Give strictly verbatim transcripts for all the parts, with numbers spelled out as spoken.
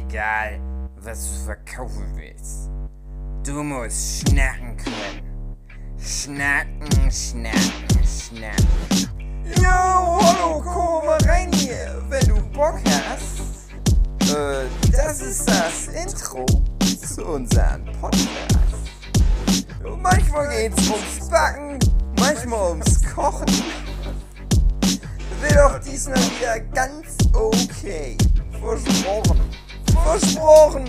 egal, was du verkaufen willst. Du musst schnacken können. Schnacken, schnacken, schnacken. Yo, hallo, komm mal rein hier, wenn du Bock hast. Äh, das ist das Intro zu unserem Podcast. Und manchmal geht's ums Backen, manchmal ums Kochen. Wird auch diesmal wieder ganz okay. Versprochen. Versprochen.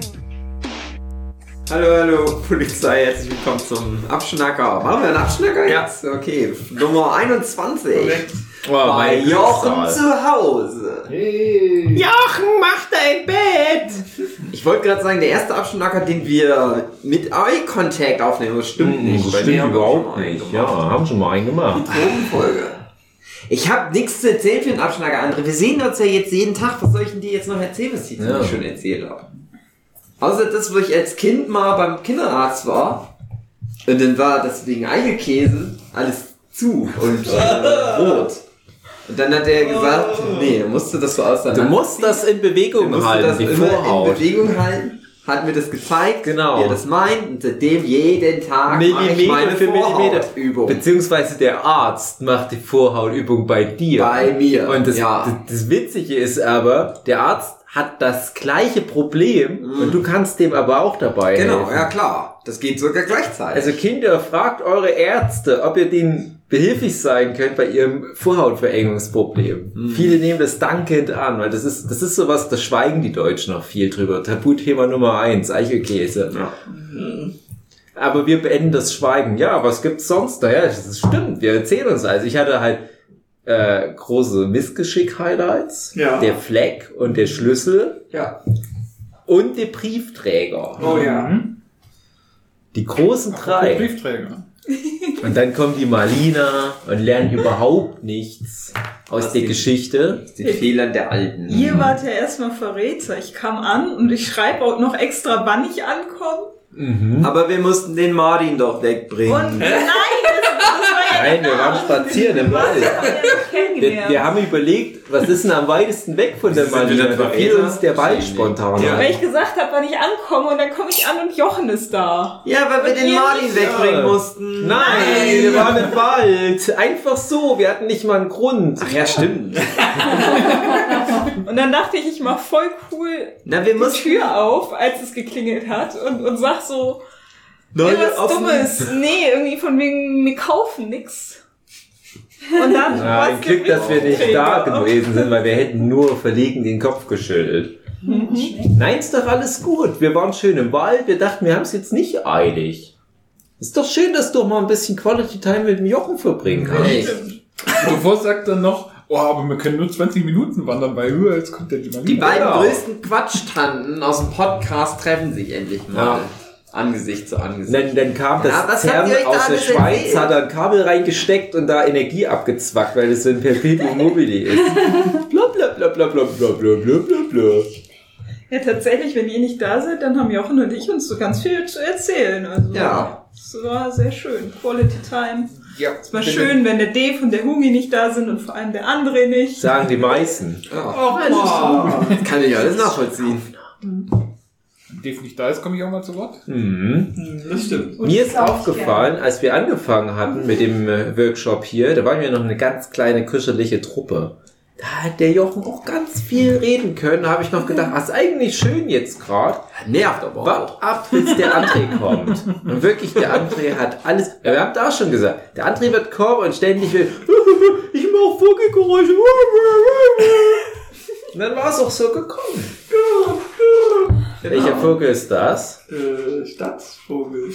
Hallo, hallo, Polizei, herzlich willkommen zum Abschnacker. Machen wir einen Abschnacker jetzt? Ja. Okay, Nummer einundzwanzig. Oh, bei Jochen zu Hause. Hey. Jochen, mach dein Bett! Ich wollte gerade sagen, der erste Abschnacker, den wir mit Eye Contact aufnehmen, das stimmt mhm, nicht. Das stimmt überhaupt nicht. Ja, haben schon mal einen gemacht. Die Drogenfolge. Ich habe nichts zu erzählen für den Abschnacker, André. Wir sehen uns ja jetzt jeden Tag. Was soll ich denn dir jetzt noch erzählen, was ich ja. schon erzählt habe? Außer das, wo ich als Kind mal beim Kinderarzt war. Und dann war das wegen Eierkäse alles zu und äh, rot. Und dann hat er gesagt, nee, musst du das so aus Du musst das in Bewegung halten, das die immer Vorhaut. in Bewegung halten. Hat mir das gezeigt, genau. wie er das meint. Und seitdem jeden Tag mache ich meine für Vorhautübung. Beziehungsweise der Arzt macht die Vorhautübung bei dir. Bei mir, Und das, ja. das, das Witzige ist aber, der Arzt hat das gleiche Problem mm. und du kannst dem aber auch dabei Genau, helfen. ja klar. Das geht sogar gleichzeitig. Also Kinder, fragt eure Ärzte, ob ihr denen behilflich sein könnt bei ihrem Vorhautverengungsproblem. Mm. Viele nehmen das dankend an, weil das ist das ist sowas, da schweigen die Deutschen noch viel drüber. Tabuthema Nummer eins, Eichelkäse. Ja. Mm. Aber wir beenden das Schweigen. Ja, was gibt's sonst da? Ja, das stimmt, wir erzählen uns also. Ich hatte halt Äh, große Missgeschick-Highlights, ja. Der Fleck und der Schlüssel ja. und der Briefträger. Oh ja. Die großen Ach, drei. Briefträger. Und dann kommt die Marlina und lernt überhaupt nichts aus Was der den, Geschichte. aus den Fehlern der Alten. Ihr wart ja erstmal Verräter. Ich kam an und ich schreibe auch noch extra, wann ich ankomme. Mhm. Aber wir mussten den Martin doch wegbringen. Und nein, das, das war ja Nein, wir waren spazieren im Wald. Wir, Wir, wir haben überlegt, was ist denn am weitesten weg von der Marina? Da fiel uns der Ball spontan. Ja. Weil ich gesagt habe, wann ich ankomme und dann komme ich an und Jochen ist da. Ja, weil wir Und den ihr Martin nicht. wegbringen mussten. Nein, Nein, wir waren im Wald. Einfach so, wir hatten nicht mal einen Grund. Ach ja, stimmt. Und dann dachte ich, ich mach voll cool Na, wir die mussten Tür auf, als es geklingelt hat und, und sag so, Neue irgendwas offen. Dummes. Nee, irgendwie von wegen, wir kaufen nix. Und dann Ja, war's ein Glück, dass wir nicht da gewesen sind, weil wir hätten nur verlegen den Kopf geschüttelt. Mhm. Nein, ist doch alles gut. Wir waren schön im Wald. Wir dachten, wir haben es jetzt nicht eilig. Ist doch schön, dass du mal ein bisschen Quality Time mit dem Jochen verbringen kannst. Hey. Bevor sagt dann noch, oh, aber wir können nur zwanzig Minuten wandern, weil höher als kommt der Marina. Die beiden Genau. größten Quatschtanten aus dem Podcast treffen sich endlich mal. Ja. Angesicht zu Angesicht. Dann, dann kam Ja, das was habt CERN ihr euch da aus der alles Schweiz, erzählt? hat da ein Kabel reingesteckt und da Energie abgezwackt, weil das so ein Perpetuum mobile ist. Bla bla bla bla bla bla bla bla bla bla. Ja, tatsächlich, wenn ihr nicht da seid, dann haben Jochen und ich uns so ganz viel zu erzählen. Also, Ja. es war sehr schön. Quality Time. Ja. Es war schön, wenn der Dave und der Hugi nicht da sind und vor allem der andere nicht. Sagen die meisten. Oh, oh. Das kann ich alles nachvollziehen. Dave nicht da ist, komme ich auch mal zu Wort. Mhm. Das stimmt. Mir ist aufgefallen, als wir angefangen hatten mit dem äh, Workshop hier, da waren wir noch eine ganz kleine, kuschelige Truppe. Da hat der Jochen auch ganz viel reden können. Da habe ich noch gedacht, was ist eigentlich schön jetzt gerade. Nervt aber auch. Wart ab, bis der André kommt. Und wirklich, der André hat alles... Ja, wir haben da schon gesagt, der André wird kommen und ständig will... Ich mache Vogelgeräusche. Und dann war es auch so gekommen. Genau. Welcher Vogel ist das? Äh, Stadtvogel.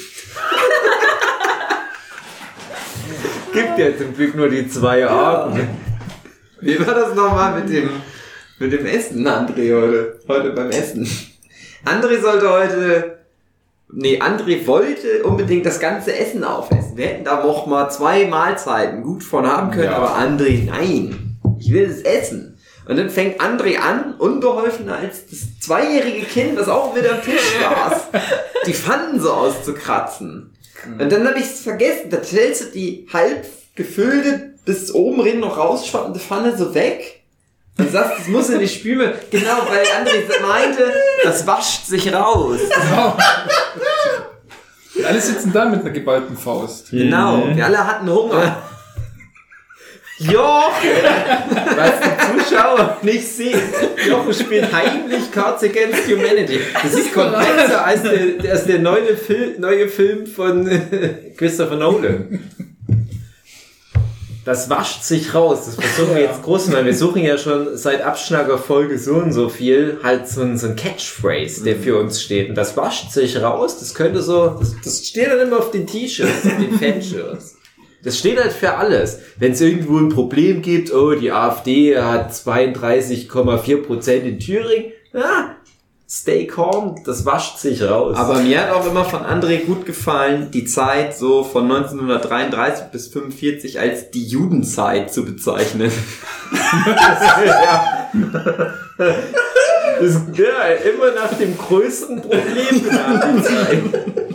Gibt ja zum Glück nur die zwei Arten. Wie war das nochmal mit dem, mit dem Essen, André, heute? Heute beim Essen. André sollte heute, nee, André wollte unbedingt das ganze Essen aufessen. Wir hätten da noch mal zwei Mahlzeiten gut von haben können, Ja. aber André, nein, ich will es essen. Und dann fängt André an, unbeholfener als das zweijährige Kind, das auch mit am Tisch saß, die Pfannen so auszukratzen. Und dann habe ich es vergessen, da stellst du die halb gefüllte, bis oben hin noch rausschwappende Pfanne so weg Und sagst, das muss in die Spüle. Genau, weil André meinte, das wascht sich raus. Genau. Wir alle sitzen da mit einer geballten Faust. Genau, wir alle hatten Hunger. Jochen, was die Zuschauer nicht sehen. Jochen spielt heimlich Cards Against Humanity. Das ist komplexer als der, als der neue, Fil- neue Film von Christopher Nolan. Das wascht sich raus. Das versuchen wir jetzt groß, weil wir suchen ja schon seit Abschnacker Folge so und so viel halt so ein, so ein Catchphrase, der für uns steht. Und das wascht sich raus. Das könnte so, das, das steht dann immer auf den T-Shirts, auf den Fanshirts. Das steht halt für alles. Wenn es irgendwo ein Problem gibt, oh, die AfD hat zweiunddreißig Komma vier Prozent in Thüringen, ja, stay calm, das wascht sich raus. Aber mir hat auch immer von André gut gefallen, die Zeit so von neunzehnhundertdreiunddreißig bis fünfundvierzig als die Judenzeit zu bezeichnen. ja. Das, ja, immer nach dem größten Problem nach der Zeit.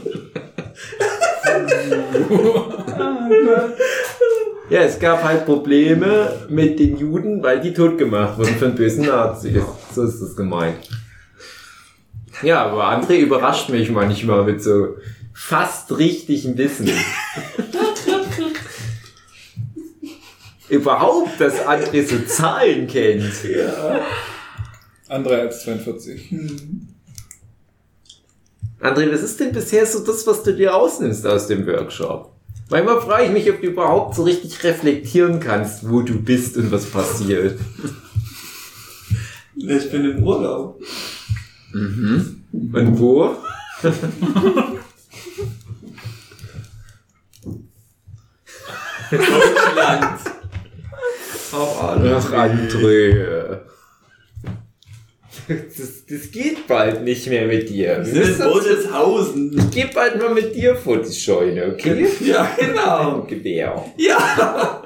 Ja, es gab halt Probleme mit den Juden, weil die tot gemacht wurden von bösen Nazis. So ist das gemeint. Ja, aber André überrascht mich manchmal mit so fast richtigem Wissen. Überhaupt, dass André so Zahlen kennt. Ja. Andere als zweiundvierzig. André, was ist denn bisher so das, was du dir rausnimmst aus dem Workshop? Manchmal frage ich mich, ob du überhaupt so richtig reflektieren kannst, wo du bist und was passiert. Ich bin im Urlaub. Mhm. Und wo? Deutschland. Ach, Ach, André. Das, das geht bald nicht mehr mit dir. Wir sind in Boteshausen. Ich geh bald mal mit dir vor die Scheune, okay? Ja, genau. Gewehr. Ja.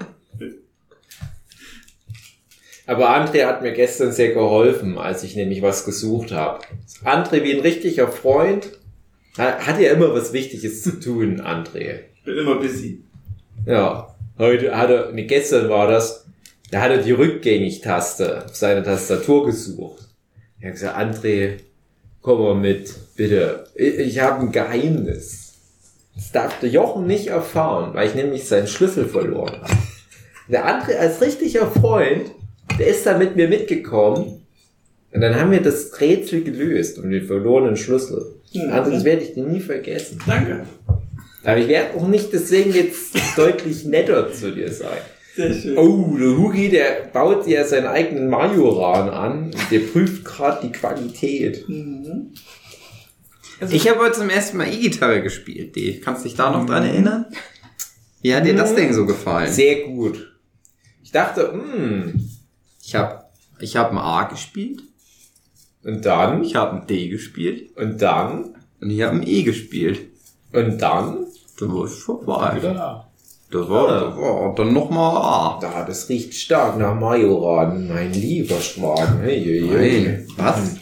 Aber André hat mir gestern sehr geholfen, als ich nämlich was gesucht habe. André, wie ein richtiger Freund, hat ja immer was Wichtiges zu tun, André. Ich bin immer busy. Ja, heute hat er, nee, gestern war das, da hat er die Rückgängig-Taste auf seiner Tastatur gesucht. Er hat gesagt, André, komm mal mit, bitte. Ich, ich habe ein Geheimnis. Das darf der Jochen nicht erfahren, weil ich nämlich seinen Schlüssel verloren habe. Der André als richtiger Freund, der ist da mit mir mitgekommen und dann haben wir das Rätsel gelöst um den verlorenen Schlüssel. Mhm. André, das werde ich dir nie vergessen. Danke. Aber ich werde auch nicht deswegen jetzt deutlich netter zu dir sein. Sehr schön. Oh, der Hugi, der baut ja seinen eigenen Majoran an. Der prüft gerade die Qualität. Mhm. Also ich habe heute zum ersten Mal E-Gitarre gespielt, Dave. Kannst du dich da noch dran erinnern? Wie hat dir das denn so gefallen? Sehr gut. Ich dachte, hm. Ich habe ich hab ein A gespielt. Und dann? Ich habe ein D gespielt. Und dann? Und ich habe ein E gespielt. Und dann? Da war es vorbei. Wieder da. Das war, das war dann nochmal A. Da, das riecht stark nach Majoran, mein lieber Schwan. Hey, hey, hey. Nein. Was?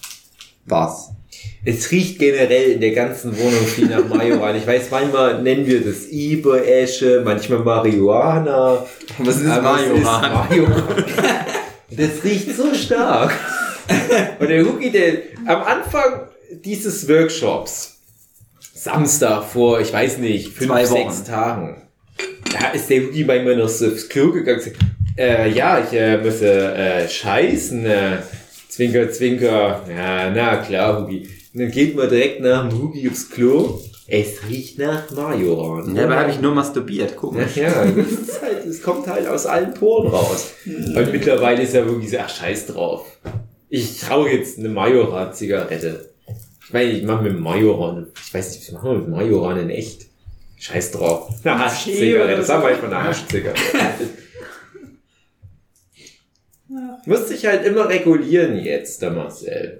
Was? Es riecht generell in der ganzen Wohnung viel nach Majoran. Ich weiß, manchmal nennen wir das Iberesche, manchmal Marihuana. Was ist Aber es ist Majoran? Majoran. Das riecht so stark. Und der Hugi, der am Anfang dieses Workshops, Samstag vor, ich weiß nicht, fünf, Zwei sechs Wochen. Tagen, da ist der Hugi manchmal noch so aufs Klo gegangen und gesagt, äh, ja, ich äh, muss äh, scheißen, äh, Zwinker, Zwinker, ja, na klar, Hugi. Und dann geht man direkt nach dem Hugi aufs Klo, es riecht nach Majoran. Ja, aber habe ich nur masturbiert, komisch. Ja, ja, das ist halt, es kommt halt aus allen Poren raus. Und mittlerweile ist er wirklich so, ach, scheiß drauf. Ich rauche jetzt eine Majoran-Zigarette. Ich meine, ich mache mit Majoran, ich weiß nicht, was machen wir mit Majoran in echt? Scheiß drauf. Eine Haschzigarette, das haben wir einfach eine Haschzigarette. Muss sich halt immer regulieren jetzt, der Marcel.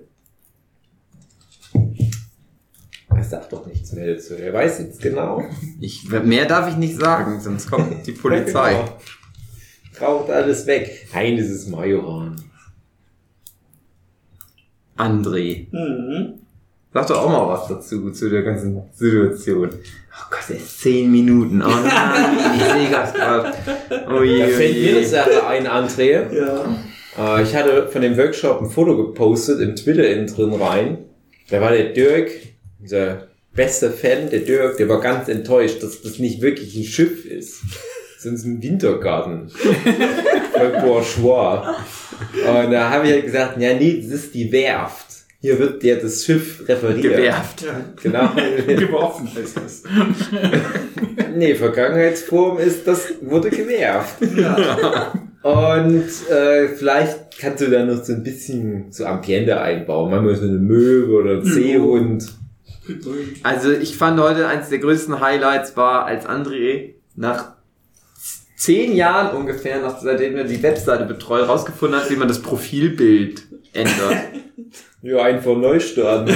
Er sagt doch nichts mehr dazu. Er weiß jetzt genau. Ich, mehr darf ich nicht sagen, sonst kommt die Polizei. Ja, genau. Raucht alles weg. Nein, das ist Majoran. André. Mhm. Sag doch auch mal was dazu, zu der ganzen Situation. Oh Gott, erst zehn Minuten. Oh nein, ich sehe das gerade. Oh je, Da oh fällt mir je. eine Sache ein, André. Ja. Äh, ich hatte von dem Workshop ein Foto gepostet im Twitter innen drin rein. Da war der Dirk, unser bester Fan, der Dirk, der war ganz enttäuscht, dass das nicht wirklich ein Schiff ist. Sonst ein Wintergarten. Voll bourgeois. Und da habe ich halt gesagt, ja nee, das ist die Werft. Hier wird dir das Schiff referiert. Gewerft. Genau. Geworfen heißt das. Nee, Vergangenheitsform ist, das wurde gewerft. Ja. Und äh, vielleicht kannst du da noch so ein bisschen so Ambiente einbauen. Manchmal so eine Möwe oder ein Seehund. Also ich fand heute eines der größten Highlights war, als André nach zehn Jahren ungefähr, nach seitdem er die Webseite betreut, rausgefunden hat, wie man das Profilbild ändert. Ja, einfach neu starten.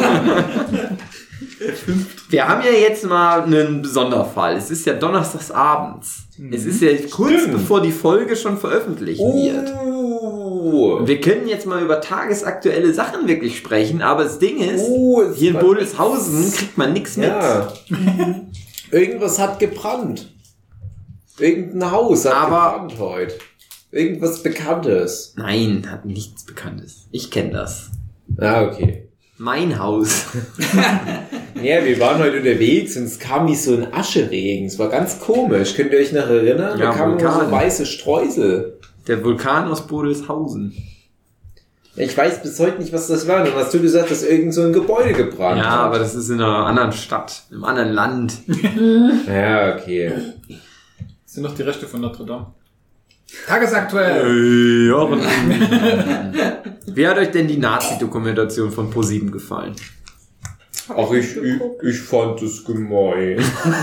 Wir haben ja jetzt mal einen Sonderfall. Es ist ja donnerstags abends. Mhm. Es ist ja kurz Stimmt. bevor die Folge schon veröffentlicht oh. wird. Und wir können jetzt mal über tagesaktuelle Sachen wirklich sprechen, aber das Ding ist, oh, hier in Bodelshausen kriegt man nichts mit. Ja. Irgendwas hat gebrannt. Irgendein Haus hat aber gebrannt heute. Irgendwas Bekanntes. Nein, hat nichts Bekanntes. Ich kenne das. Ah, okay. Mein Haus. Ja, wir waren heute unterwegs und es kam wie so ein Ascheregen. Es war ganz komisch. Könnt ihr euch noch erinnern? Ja, da kamen nur so weiße Streusel. Der Vulkan aus Bodelshausen. Ich weiß bis heute nicht, was das war. Dann hast du gesagt, dass irgend so ein Gebäude gebrannt ja, hat. Ja, aber das ist in einer anderen Stadt, im anderen Land. Ja, okay. Das sind noch die Reste von Notre Dame. Tagesaktuell. Hey, ja. Wie hat euch denn die Nazi-Dokumentation von ProSieben gefallen? Ach, ich, ich, ich fand es gemein.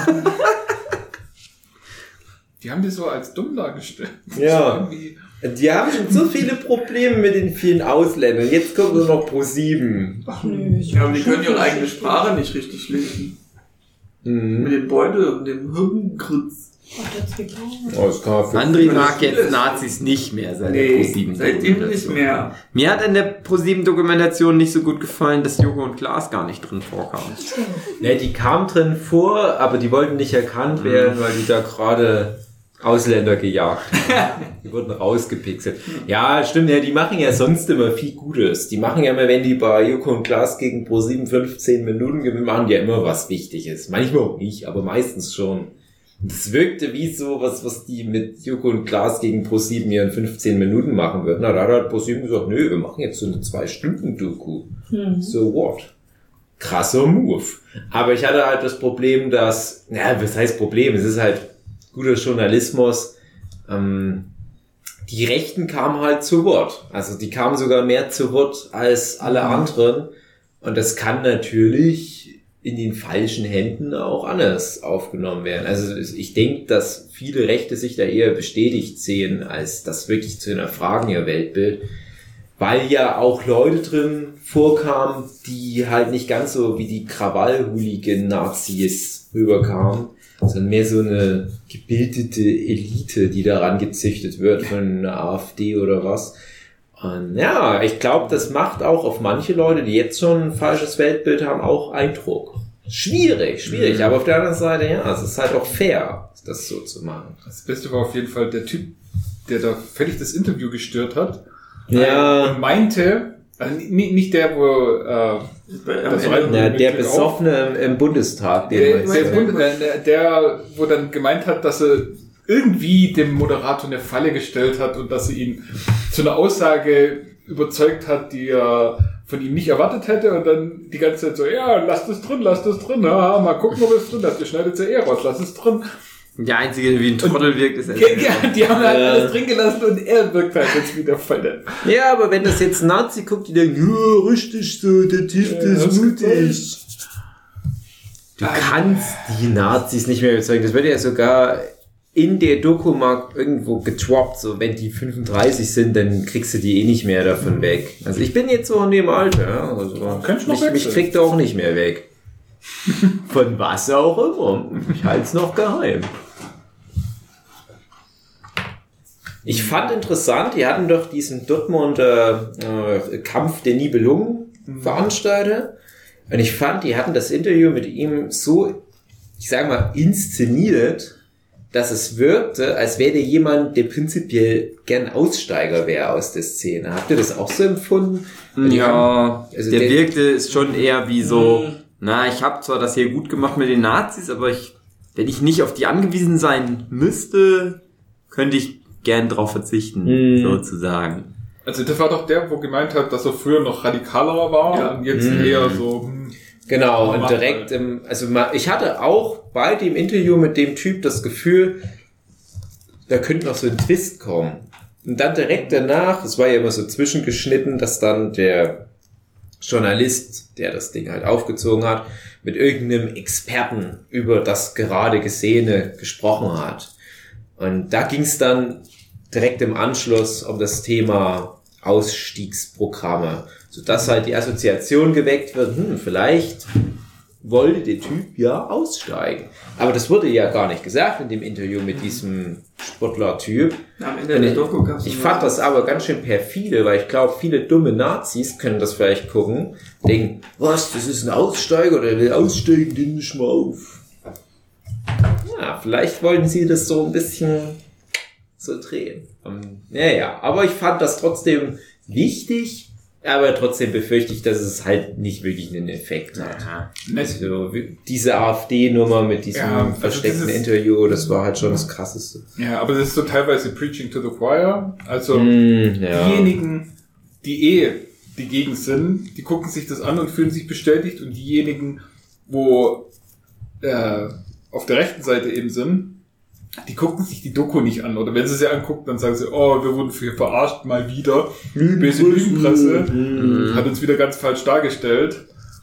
Die haben die so als dumm dargestellt. Ja. Die haben schon so viele Probleme mit den vielen Ausländern. Jetzt kommt nur noch ProSieben. Ach nö. Ja, aber die können ihre eigene Sprache nicht richtig lesen. Mhm. Mit dem Beutel und dem Hirnkritz. Oh, das kann André mag jetzt Nazis nicht mehr seit nee, der ProSieben seitdem nicht mehr. Mir hat in der ProSieben-Dokumentation nicht so gut gefallen, dass Joko und Klaas gar nicht drin vorkamen. Ne, die kamen drin vor, aber die wollten nicht erkannt werden, weil die da gerade Ausländer gejagt haben. Die wurden rausgepixelt. Ja, stimmt, ja, die machen ja sonst immer viel Gutes. Die machen ja immer, wenn die bei Joko und Klaas gegen ProSieben fünfzehn Minuten gewinnen, machen die ja immer was Wichtiges. Manchmal auch nicht, aber meistens schon. Das wirkte wie so was, was die mit Joko und Klaas gegen ProSieben hier in fünfzehn Minuten machen würden. Na, da hat ProSieben gesagt, nö, wir machen jetzt so eine zwei Stunden Doku. Mhm. So what? Krasser Move. Aber ich hatte halt das Problem, dass, ja, was heißt Problem? Es ist halt guter Journalismus. Ähm, die Rechten kamen halt zu Wort. Also die kamen sogar mehr zu Wort als alle mhm. anderen. Und das kann natürlich in den falschen Händen auch anders aufgenommen werden. Also ich denke, dass viele Rechte sich da eher bestätigt sehen, als das wirklich zu hinterfragen, ihr Weltbild. Weil ja auch Leute drin vorkamen, die halt nicht ganz so wie die Krawall-Hooligan-Nazis rüberkamen, sondern mehr so eine gebildete Elite, die daran gezüchtet wird von einer AfD oder was. Und ja, ich glaube, das macht auch auf manche Leute, die jetzt schon ein falsches Weltbild haben, auch Eindruck. Schwierig, schwierig, mhm. aber auf der anderen Seite, ja, es ist halt auch fair, das so zu machen. Das Beste war auf jeden Fall der Typ, der da völlig das Interview gestört hat. Ja. Und meinte, also nicht der, wo, äh, das ja, der Besoffene im, im Bundestag, der, der, Bund, der, der, wo dann gemeint hat, dass er irgendwie dem Moderator eine Falle gestellt hat und dass sie ihn zu einer Aussage überzeugt hat, die er von ihm nicht erwartet hätte und dann die ganze Zeit so, ja, lasst es drin, lasst es drin, ja, mal gucken, ob es drin ist, ihr schneidet es ja eh raus, lasst es drin. Der Einzige, der wie ein Trottel und wirkt, ist er. Ja, die haben halt äh. alles drin gelassen und er wirkt halt jetzt wieder voll. Ja, aber wenn das jetzt ein Nazi guckt, die denken, ja, richtig so, der Typ ja, ist mutig. Du kannst die Nazis nicht mehr überzeugen, das wird ja sogar in der Doku mal irgendwo getroppt, so wenn die fünfunddreißig sind, dann kriegst du die eh nicht mehr davon weg. Also ich bin jetzt so in dem Alter, ja, also mich, mich kriegt er auch nicht mehr weg. Von was auch immer. Ich halte es noch geheim. Ich fand interessant, die hatten doch diesen Dortmunder äh, Kampf der Nibelungen veranstaltet und ich fand, die hatten das Interview mit ihm so, ich sage mal, inszeniert, dass es wirkte, als wäre jemand, der prinzipiell gern Aussteiger wäre aus der Szene. Habt ihr das auch so empfunden? Die Ja, haben, also der der wirkte ist schon eher wie so, na, ich habe zwar das hier gut gemacht mit den Nazis, aber ich, wenn ich nicht auf die angewiesen sein müsste, könnte ich gern drauf verzichten, Mhm. sozusagen. Also das war doch der, wo gemeint hat, dass er früher noch radikaler war Ja. und jetzt Mhm. eher so... Hm, Genau, und Macht direkt im, also ma- ich hatte auch bei dem Interview mit dem Typ das Gefühl, da könnte noch so ein Twist kommen. Und dann direkt danach, es war ja immer so zwischengeschnitten, dass dann der Journalist, der das Ding halt aufgezogen hat, mit irgendeinem Experten über das gerade Gesehene gesprochen hat. Und da ging es dann direkt im Anschluss um das Thema Ausstiegsprogramme, sodass halt die Assoziation geweckt wird, hm, vielleicht wollte der Typ ja aussteigen. Aber das wurde ja gar nicht gesagt in dem Interview mit diesem Sportler-Typ. Am Ende der Doku gab's Ich fand das aber ganz schön perfide, weil ich glaube, viele dumme Nazis können das vielleicht gucken, denken, was, das ist ein Aussteiger oder der will aussteigen, den nicht mal auf. Ja, vielleicht wollten sie das so ein bisschen so drehen. Um, ja, ja, aber ich fand das trotzdem wichtig, aber trotzdem befürchte ich, dass es halt nicht wirklich einen Effekt hat. Also, wie- diese AfD-Nummer mit diesem Ja, also versteckten dieses- Interview, das war halt schon das Krasseste. Ja, aber das ist so teilweise Preaching to the Choir. Also Mm, ja. diejenigen, die eh die Gegend sind, die gucken sich das an und fühlen sich bestätigt und diejenigen, wo äh, auf der rechten Seite eben sind, die gucken sich die Doku nicht an. Oder wenn sie sie angucken, dann sagen sie, oh, wir wurden hier verarscht, mal wieder. Böse Lügenpresse hat uns wieder ganz falsch dargestellt.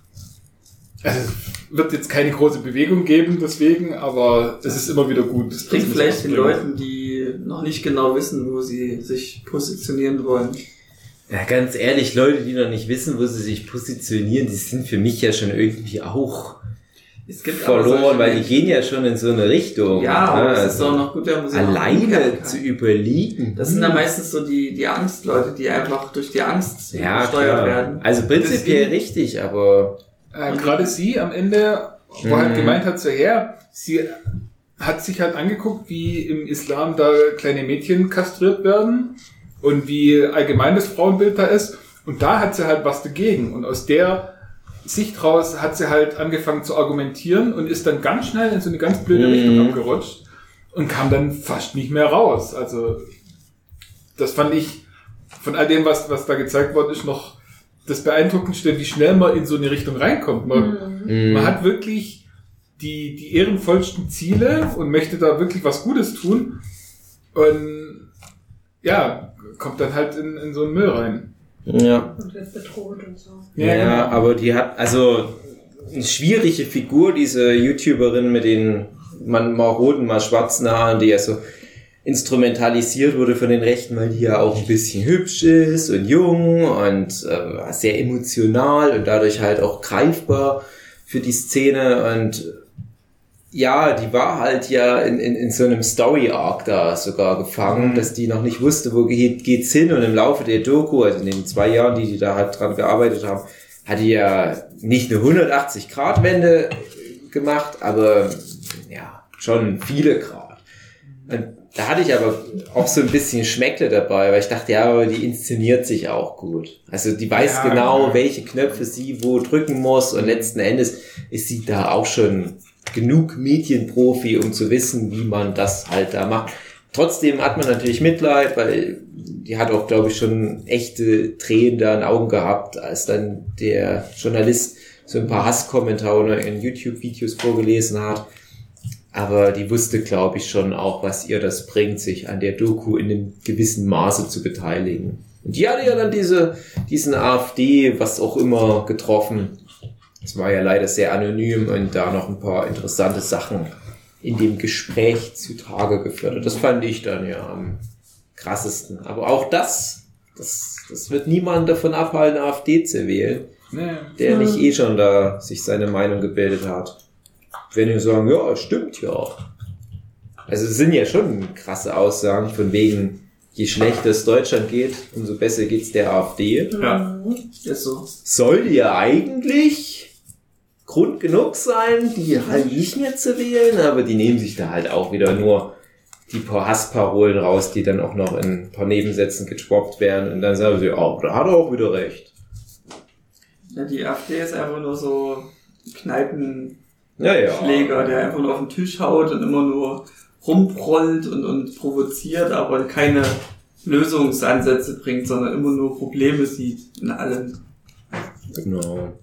Also, es wird jetzt keine große Bewegung geben deswegen, aber es ist immer wieder gut. Das bringt vielleicht den Leuten, die noch nicht genau wissen, wo sie sich positionieren wollen. Ja, ganz ehrlich, Leute, die noch nicht wissen, wo sie sich positionieren, die sind für mich ja schon irgendwie auch Es gibt aber verloren, solche weil die Menschen- gehen ja schon in so eine Richtung. Ja, aber ne? es ist auch noch gut, wenn man sie noch alleine umkehren kann. zu überlegen. Das sind dann meistens so die, die Angstleute, die einfach durch die Angst ja, gesteuert klar. werden. Also prinzipiell Deswegen- richtig, aber Äh, gerade sie am Ende, wo Mhm. halt gemeint hat, so her, sie hat sich halt angeguckt, wie im Islam da kleine Mädchen kastriert werden und wie allgemein das Frauenbild da ist. Und da hat sie halt was dagegen. Und aus der Sicht raus hat sie halt angefangen zu argumentieren und ist dann ganz schnell in so eine ganz blöde Mhm. Richtung abgerutscht und kam dann fast nicht mehr raus. Also das fand ich von all dem, was, was da gezeigt worden ist, noch das Beeindruckendste, wie schnell man in so eine Richtung reinkommt. Man, Mhm. man hat wirklich die, die ehrenvollsten Ziele und möchte da wirklich was Gutes tun und ja, kommt dann halt in, in so einen Müll rein. ja. Und wird bedroht und so. Ja, genau. aber die hat, also, eine schwierige Figur, diese YouTuberin mit den mal, mal roten, mal schwarzen Haaren, die ja so instrumentalisiert wurde von den Rechten, weil die ja auch ein bisschen hübsch ist und jung und äh, sehr emotional und dadurch halt auch greifbar für die Szene und ja, die war halt ja in, in, in so einem Story-Arc da sogar gefangen, Mhm. dass die noch nicht wusste, wo geht, geht's hin und im Laufe der Doku, also in den zwei Jahren, die die da halt dran gearbeitet haben, hat die ja nicht eine hundertachtzig-Grad-Wende gemacht, aber ja, schon viele Grad. Und da hatte ich aber auch so ein bisschen Schmeckle dabei, weil ich dachte, ja, aber die inszeniert sich auch gut. Also die weiß Ja, genau, ja. welche Knöpfe sie wo drücken muss und letzten Endes ist sie da auch schon genug Medienprofi, um zu wissen, wie man das halt da macht. Trotzdem hat man natürlich Mitleid, weil die hat auch, glaube ich, schon echte Tränen da in den Augen gehabt, als dann der Journalist so ein paar Hasskommentare in YouTube-Videos vorgelesen hat. Aber die wusste, glaube ich, schon auch, was ihr das bringt, sich an der Doku in einem gewissen Maße zu beteiligen. Und die hatte ja dann diese, diesen AfD, was auch immer, getroffen. Es war ja leider sehr anonym und da noch ein paar interessante Sachen in dem Gespräch zutage gefördert. Das fand ich dann ja am krassesten. Aber auch das, das, das wird niemand davon abhalten, AfD zu wählen, Nee. der nicht eh schon da sich seine Meinung gebildet hat. Wenn die sagen, ja, stimmt ja. Also es sind ja schon krasse Aussagen von wegen, je schlechter es Deutschland geht, umso besser geht's der AfD. Ja, ist so. Soll ja eigentlich Grund genug sein, die halt nicht mehr zu wählen, aber die nehmen sich da halt auch wieder nur die paar Hassparolen raus, die dann auch noch in ein paar Nebensätzen gedroppt werden und dann sagen sie, oh, da hat er auch wieder recht. Ja, die AfD ist einfach nur so Kneipenschläger, Ja, ja. der einfach nur auf den Tisch haut und immer nur rumprollt und, und provoziert, aber keine Lösungsansätze bringt, sondern immer nur Probleme sieht in allem. Genau.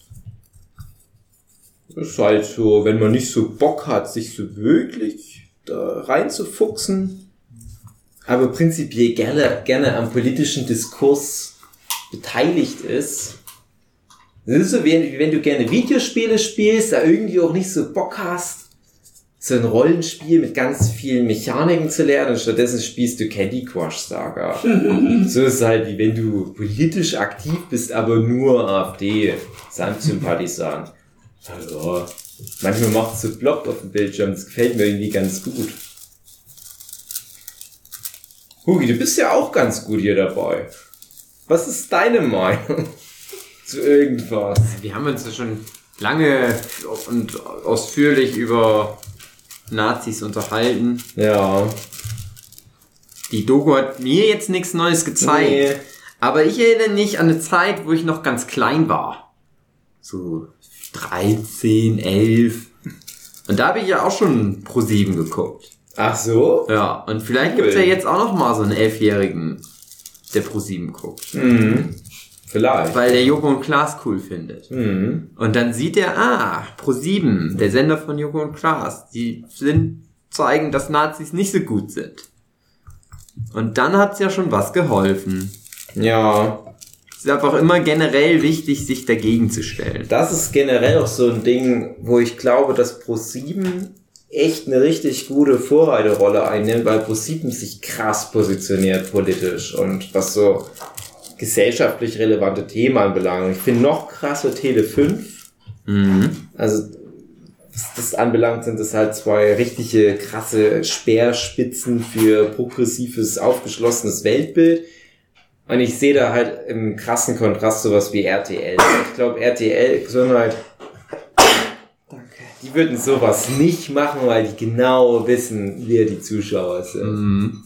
Das ist halt so, wenn man nicht so Bock hat, sich so wirklich da reinzufuchsen, aber prinzipiell gerne, gerne am politischen Diskurs beteiligt ist. Das ist so, wie wenn du gerne Videospiele spielst, da irgendwie auch nicht so Bock hast, so ein Rollenspiel mit ganz vielen Mechaniken zu lernen und stattdessen spielst du Candy Crush Saga. So ist es halt, wie wenn du politisch aktiv bist, aber nur AfD-Sympathisant. Also, manchmal macht es so Block auf dem Bildschirm, das gefällt mir irgendwie ganz gut. Hugi, du bist ja auch ganz gut hier dabei. Was ist deine Meinung zu irgendwas? Wir haben uns ja schon lange und ausführlich über Nazis unterhalten. Ja. Die Doku hat mir jetzt nichts Neues gezeigt. Nee. Aber ich erinnere mich an eine Zeit, wo ich noch ganz klein war. So dreizehn, elf. Und da habe ich ja auch schon Pro sieben geguckt. Ach so? Ja, und vielleicht Cool. gibt's ja jetzt auch noch mal so einen Elfjährigen, der Pro sieben guckt. Mhm. Vielleicht. Weil der Joko und Klaas cool findet. Mhm. Und dann sieht er, ah, Pro sieben, der Sender von Joko und Klaas, die sind, zeigen, dass Nazis nicht so gut sind. Und dann hat's ja schon was geholfen. Ja. Es ist einfach immer generell wichtig, sich dagegen zu stellen. Das ist generell auch so ein Ding, wo ich glaube, dass Pro sieben echt eine richtig gute Vorreiterrolle einnimmt, weil Pro sieben sich krass positioniert politisch und was so gesellschaftlich relevante Themen anbelangt. Ich finde noch krasser Tele fünf. Mhm. Also was das anbelangt, sind das halt zwei richtige krasse Speerspitzen für progressives, aufgeschlossenes Weltbild. Und ich sehe da halt im krassen Kontrast sowas wie R T L. Ich glaube, R T L, Gesundheit, die würden sowas nicht machen, weil die genau wissen, wer die Zuschauer sind. Mhm.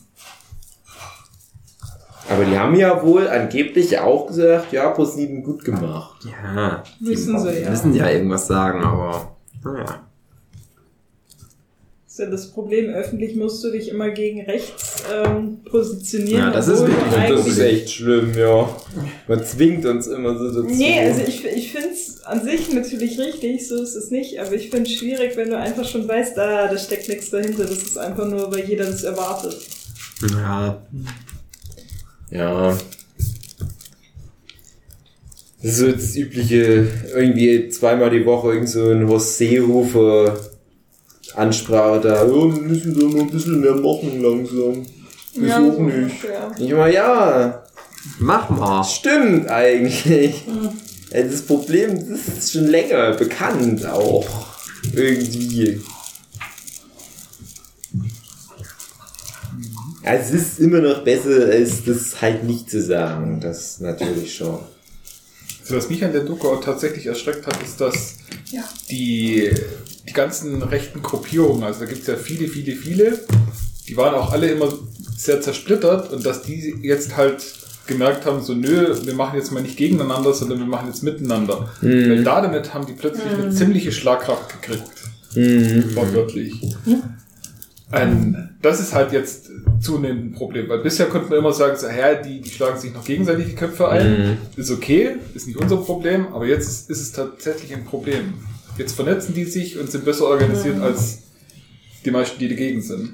Aber die haben ja wohl angeblich auch gesagt, ja, Pro sieben gut gemacht. Ja, Wissen sie, die ja. müssen ja irgendwas sagen, aber naja. Das ist ja das Problem, öffentlich musst du dich immer gegen rechts ähm, positionieren. Ja, das ist obwohl wirklich- du Und das ist eigentlich- echt schlimm, ja. Man zwingt uns immer so dazu. Nee, also ich, ich finde es an sich natürlich richtig, so ist es nicht, aber ich finde es schwierig, wenn du einfach schon weißt, da, da steckt nichts dahinter, das ist einfach nur, weil jeder das erwartet. Ja. Ja. Das ist so das übliche, irgendwie zweimal die Woche irgend so ein Horst Seehofer Ansprache da. Ja, wir müssen da noch ein bisschen mehr machen langsam. Ist Ja, auch so nicht. ungefähr. Ich meine, ja, Mach mal. stimmt eigentlich. Ja, das Problem, das ist schon länger bekannt auch. Irgendwie. Also es ist immer noch besser, als das halt nicht zu sagen. Das natürlich schon. Also was mich an der Doku auch tatsächlich erschreckt hat, ist, dass Ja. die, die ganzen rechten Gruppierungen, also da gibt es ja viele, viele, viele, die waren auch alle immer sehr zersplittert und dass die jetzt halt gemerkt haben, so nö, wir machen jetzt mal nicht gegeneinander, sondern wir machen jetzt miteinander. Mhm. Weil da damit haben die plötzlich eine ziemliche Schlagkraft gekriegt. Mhm. Wortwörtlich. Ein, das ist halt jetzt zunehmend ein Problem, weil bisher konnte man immer sagen, so, ja, die, die schlagen sich noch gegenseitig die Köpfe ein, Mhm. ist okay, ist nicht unser Problem, aber jetzt ist, ist es tatsächlich ein Problem. Jetzt vernetzen die sich und sind besser organisiert als die meisten, die dagegen sind.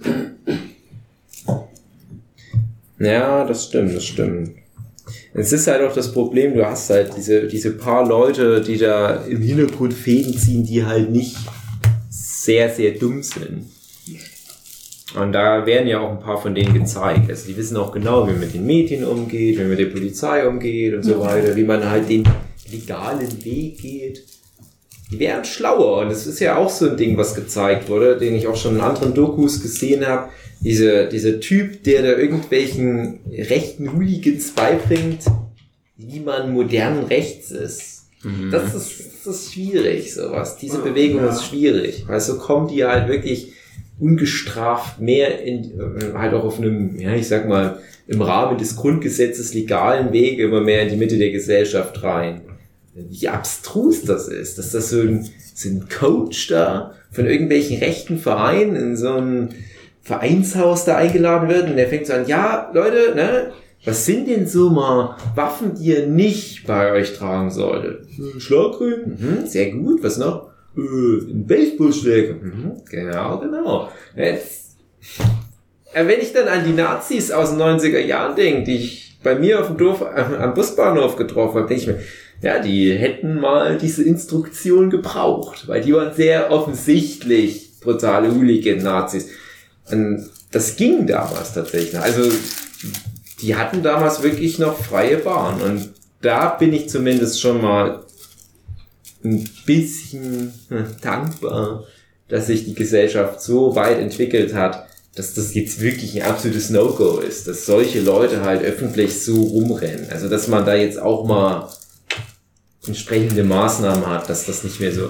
Ja, das stimmt, das stimmt. Es ist halt auch das Problem, du hast halt diese, diese paar Leute, die da im Hintergrund Fäden ziehen, die halt nicht sehr, sehr dumm sind. Und da werden ja auch ein paar von denen gezeigt. Also die wissen auch genau, wie man mit den Medien umgeht, wie man mit der Polizei umgeht und so weiter, wie man halt den legalen Weg geht. Die wären schlauer. Und das ist ja auch so ein Ding, was gezeigt wurde, den ich auch schon in anderen Dokus gesehen habe. Diese, dieser Typ, der da irgendwelchen rechten Hooligans beibringt, wie man modern rechts ist. Mhm. Das ist, das ist schwierig, sowas. Diese Bewegung ist schwierig. Weil so kommen die halt wirklich ungestraft mehr in, halt auch auf einem, ja, ich sag mal, im Rahmen des Grundgesetzes legalen Wege immer mehr in die Mitte der Gesellschaft rein. Wie abstrus das ist, dass das so ein, so ein Coach da von irgendwelchen rechten Vereinen in so ein Vereinshaus da eingeladen wird und der fängt so an, ja, Leute, ne, was sind denn so mal Waffen, die ihr nicht bei euch tragen solltet? Schlagring? Mhm, sehr gut, was noch? Äh, ein Baseballschläger? Mhm, genau, genau. Jetzt, äh, wenn ich dann an die Nazis aus den neunziger Jahren denke, die ich bei mir auf dem Dorf äh, am Busbahnhof getroffen habe, denke ich mir, ja, die hätten mal diese Instruktion gebraucht, weil die waren sehr offensichtlich brutale Hooligan-Nazis. Und das ging damals tatsächlich. Also, die hatten damals wirklich noch freie Bahn. Und da bin ich zumindest schon mal ein bisschen dankbar, dass sich die Gesellschaft so weit entwickelt hat, dass das jetzt wirklich ein absolutes No-Go ist, dass solche Leute halt öffentlich so rumrennen. Also, dass man da jetzt auch mal entsprechende Maßnahmen hat, dass das nicht mehr so...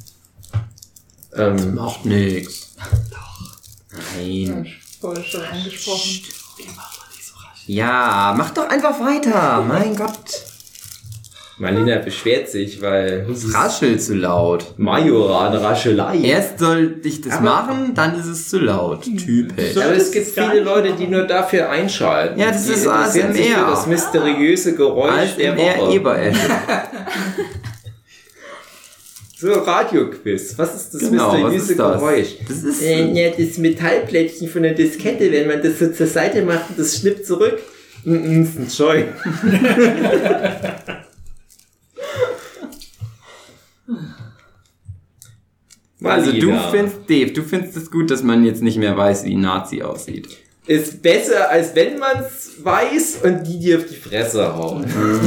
Ähm, macht nix. Doch. Nein. Vorher schon angesprochen. Ja, mach doch einfach weiter. Mein Gott. Marlina beschwert sich, weil Es raschelt zu laut. Majoran-Raschelei. Erst soll ich das Aber- machen, dann ist es zu laut. Typisch. Aber es gibt das gar viele nicht Leute, machen. die nur dafür einschalten. Ja, das die ist interessieren sich A S M R. für das mysteriöse Geräusch Als der im R Woche. Eberesche. So, Radioquiz. Was ist das Genau, was mysteriöse ist das? Geräusch? Das ist Äh, ja, das Metallplättchen von der Diskette, wenn man das so zur Seite macht und das schnippt zurück. Mm, ist ein Scheu. Also du Marlina. findest, Dave, du findest es gut, dass man jetzt nicht mehr weiß, wie ein Nazi aussieht. Ist besser, als wenn man's weiß und die dir auf die Fresse hauen.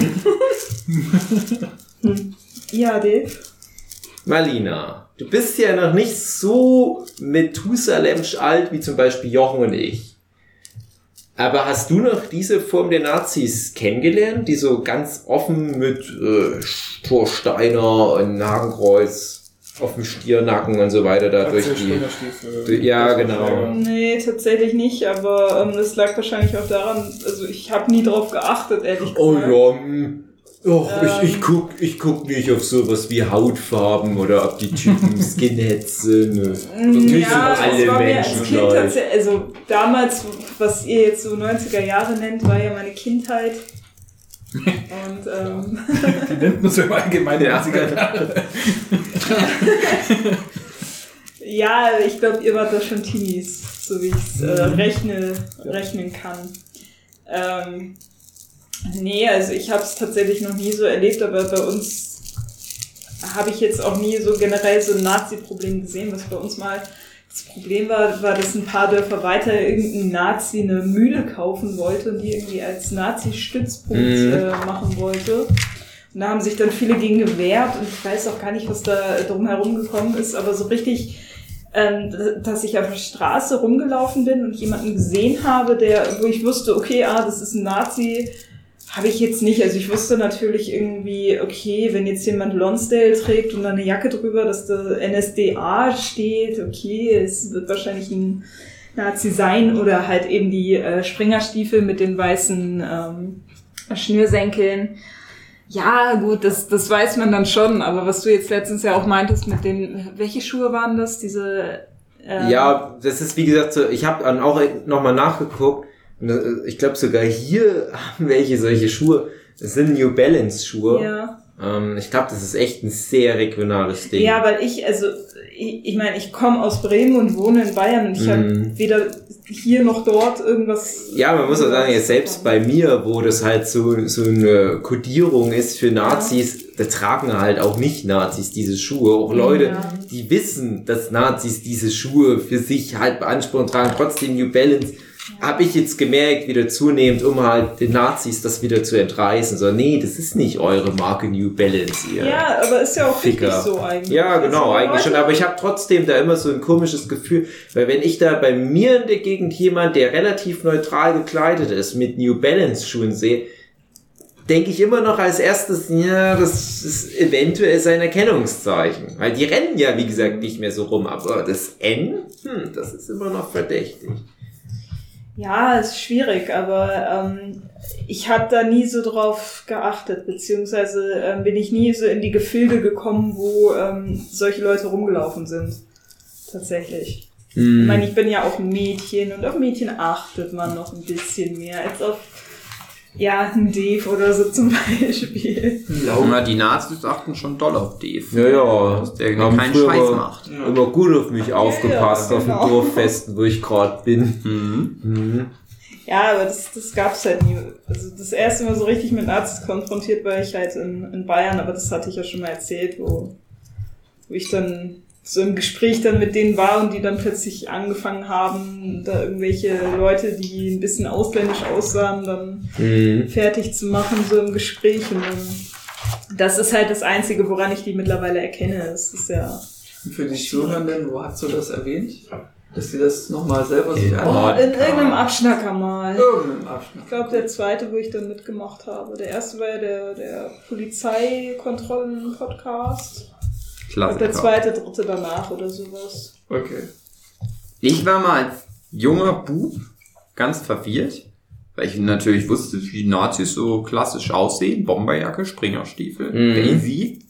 Ja, Dave. Marlina, du bist ja noch nicht so Methusalemsch alt wie zum Beispiel Jochen und ich. Aber hast du noch diese Form der Nazis kennengelernt, die so ganz offen mit äh, Torsteiner und Hakenkreuz auf dem Stirnacken und so weiter da durch die... durch- ja, genau. Nee, tatsächlich nicht, aber ähm, das lag wahrscheinlich auch daran, also ich habe nie drauf geachtet, ehrlich gesagt. Oh ja, hm. Och, Ähm. ich, ich guck, ich guck nicht auf sowas wie Hautfarben oder ob die Typen Skinheads sind. Natürlich Ja, sind das alle war mir Menschen als Kind gleich. tatsächlich, also damals, was ihr jetzt so neunziger Jahre nennt, war ja meine Kindheit. Und ähm, Die nennt man so im Allgemeinen. Ja. ja, ich glaube, ihr wart da schon Teenies, so wie ich es äh, rechne, rechnen kann. Ähm, nee, also ich habe es tatsächlich noch nie so erlebt, aber bei uns habe ich jetzt auch nie so generell so ein Nazi-Problem gesehen. Was bei uns mal das Problem war, war, dass ein paar Dörfer weiter irgendein Nazi eine Mühle kaufen wollte und die irgendwie als Nazi-Stützpunkt Mhm. äh, machen wollte. Und da haben sich dann viele gegen gewehrt und ich weiß auch gar nicht, was da drumherum gekommen ist, aber so richtig, ähm, dass ich auf der Straße rumgelaufen bin und jemanden gesehen habe, der, wo ich wusste, okay, ah, das ist ein Nazi, habe ich jetzt nicht. Also ich wusste natürlich irgendwie, okay, wenn jetzt jemand Lonsdale trägt und dann eine Jacke drüber, dass da N S D A steht, okay, es wird wahrscheinlich ein Nazi sein oder halt eben die äh, Springerstiefel mit den weißen ähm, Schnürsenkeln. Ja, gut, das, das weiß man dann schon, aber was du jetzt letztens ja auch meintest mit den, welche Schuhe waren das, diese... Ähm, Ja, das ist wie gesagt so, ich habe dann auch nochmal nachgeguckt und äh, ich glaube sogar hier haben welche solche Schuhe, das sind New Balance Schuhe. Ja. Ähm, ich glaube, das ist echt ein sehr regionales Ding. Ja, weil ich, also, ich, ich meine, ich komme aus Bremen und wohne in Bayern und ich Mhm. habe weder hier noch dort irgendwas... Ja, man muss auch sagen, ja, selbst bei mir, wo das halt so, so eine Kodierung ist für Nazis, da tragen halt auch nicht Nazis diese Schuhe. Auch Leute, Ja. die wissen, dass Nazis diese Schuhe für sich halt beanspruchen, tragen trotzdem New Balance. Habe ich jetzt gemerkt, wieder zunehmend, um halt den Nazis das wieder zu entreißen. So, nee, das ist nicht eure Marke New Balance hier. Ja, aber ist ja auch Ficker. richtig so eigentlich. Ja, genau, Also, eigentlich schon. Leute- Aber ich habe trotzdem da immer so ein komisches Gefühl, weil wenn ich da bei mir in der Gegend jemand, der relativ neutral gekleidet ist, mit New Balance Schuhen sehe, denke ich immer noch als erstes, ja, das ist eventuell sein Erkennungszeichen. Weil die rennen ja, wie gesagt, nicht mehr so rum. Aber das N, hm, das ist immer noch verdächtig. Ja, ist schwierig, aber ähm, ich habe da nie so drauf geachtet, beziehungsweise ähm, bin ich nie so in die Gefilde gekommen, wo ähm, solche Leute rumgelaufen sind. Tatsächlich. Hm. Ich meine, ich bin ja auch ein Mädchen und auf Mädchen achtet man noch ein bisschen mehr als auf, ja, ein Dave oder so zum Beispiel. Ja, die Nazis achten schon doll auf Dave. Ja, ja. Dass der Haben keinen früher Scheiß macht. Immer gut auf mich aufgepasst, ja, auf genau. den Dorffesten, wo ich gerade bin. Mhm. Mhm. Ja, aber das, das gab's halt nie. Also das erste Mal so richtig mit Nazis konfrontiert war ich halt in, in Bayern, aber das hatte ich ja schon mal erzählt, wo, wo ich dann so im Gespräch dann mit denen war und die dann plötzlich angefangen haben, da irgendwelche Leute, die ein bisschen ausländisch aussahen, dann Mhm. fertig zu machen, so im Gespräch. Und dann, das ist halt das Einzige, woran ich die mittlerweile erkenne. Es ist ja... Für die Zuhörenden, wo hast du das erwähnt? Dass sie das nochmal selber sich Oh, anhören? in irgendeinem Abschnacker mal. Irgendeinem Abschnitt. Ich glaube, der zweite, wo ich dann mitgemacht habe. Der erste war ja der, der Polizeikontrollen-Podcast. Ich glaube, der Klassiker. zweite, dritte danach oder sowas. Okay. Ich war mal als junger Bub ganz verwirrt, weil ich natürlich wusste, wie Nazis so klassisch aussehen. Bomberjacke, Springerstiefel, Mhm. Daisy.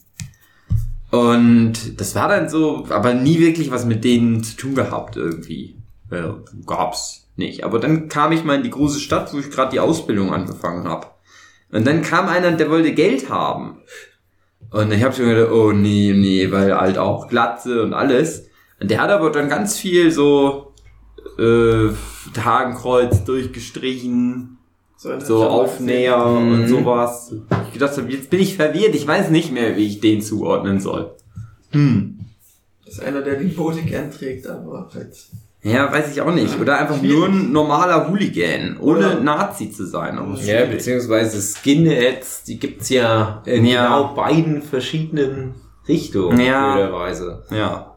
Und das war dann so, aber nie wirklich was mit denen zu tun gehabt irgendwie. Ja, gab's nicht. Aber dann kam ich mal in die große Stadt, wo ich gerade die Ausbildung angefangen habe. Und dann kam einer, der wollte Geld haben. Und ich habe schon gedacht, oh nee, nee, weil halt auch Glatze und alles. Und der hat aber dann ganz viel so äh, Hakenkreuz durchgestrichen, So, so Aufnäher und sowas. Ich gedacht habe, jetzt bin ich verwirrt, ich weiß nicht mehr, wie ich den zuordnen soll. Hm. Das ist einer, der die Boote gern trägt, aber halt. Ja, weiß ich auch nicht. Oder einfach nur ein normaler Hooligan, ohne Oder- Nazi zu sein. Aber Ja, schwierig. beziehungsweise Skinheads, die gibt's ja in Ja. genau beiden verschiedenen Richtungen, Ja. blöderweise. Ja.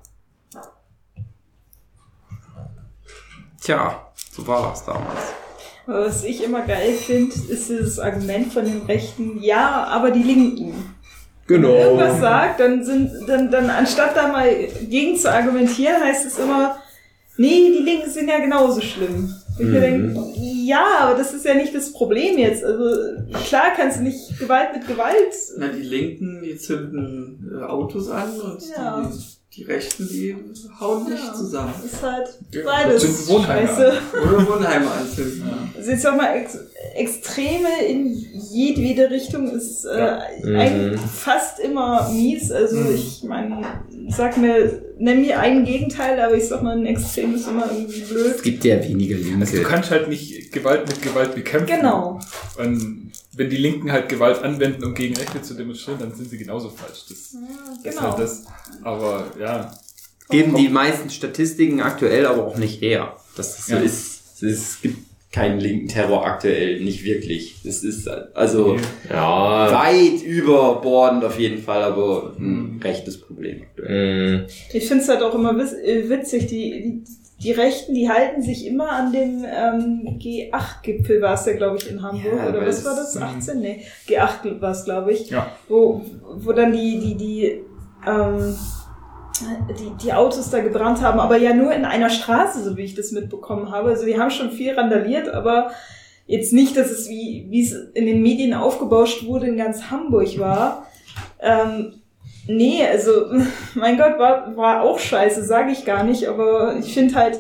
Tja, so war das damals. Aber was ich immer geil finde, ist dieses Argument von den Rechten, ja, aber die Linken. Genau. Wenn man irgendwas sagt, dann sind, dann, dann anstatt da mal gegen zu argumentieren, heißt es immer, nee, die Linken sind ja genauso schlimm. Und ich mir denke, ja, aber das ist ja nicht das Problem jetzt. Also klar kannst du nicht Gewalt mit Gewalt. Na, die Linken, die zünden äh, Autos an und Ja. die, die Rechten, die hauen dich Ja. zusammen. Ist halt Ja, beides zünden Wohnheime scheiße. Oder Wohnheime anzünden. Also jetzt auch mal ex Extreme in jedwede Richtung ist äh, Ja. eigentlich Mhm. fast immer mies. Also Mhm. ich meine, sag mir, nenn mir ein Gegenteil, aber ich sag mal, ein Extrem ist immer irgendwie blöd. Es gibt ja weniger Also du Linke. kannst halt nicht Gewalt mit Gewalt bekämpfen. Genau. Und wenn die Linken halt Gewalt anwenden, um gegen Rechte zu demonstrieren, dann sind sie genauso falsch. Das, das ist Genau. halt das. Aber ja. Geben die meisten Statistiken aktuell aber auch nicht her, dass das so Ja. ist. Es gibt keinen linken Terror aktuell, nicht wirklich. Es ist also Ja. weit überbordend auf jeden Fall, aber ein rechtes Problem aktuell. Mhm. Ich finde es halt auch immer witz- äh, witzig, die, die, die Rechten, die halten sich immer an dem ähm, G acht Gipfel, war es ja, glaube ich, in Hamburg. Ja, Oder weil was es- war das? achtzehn? Nee, G acht war es, glaube ich. Ja. Wo, wo dann die, die, die, ähm, die, die Autos da gebrannt haben, aber ja nur in einer Straße, so wie ich das mitbekommen habe. Also die haben schon viel randaliert, aber jetzt nicht, dass es wie, wie es in den Medien aufgebauscht wurde, in ganz Hamburg war. Ähm, nee, also, mein Gott, war, war auch scheiße, sage ich gar nicht, aber ich finde halt,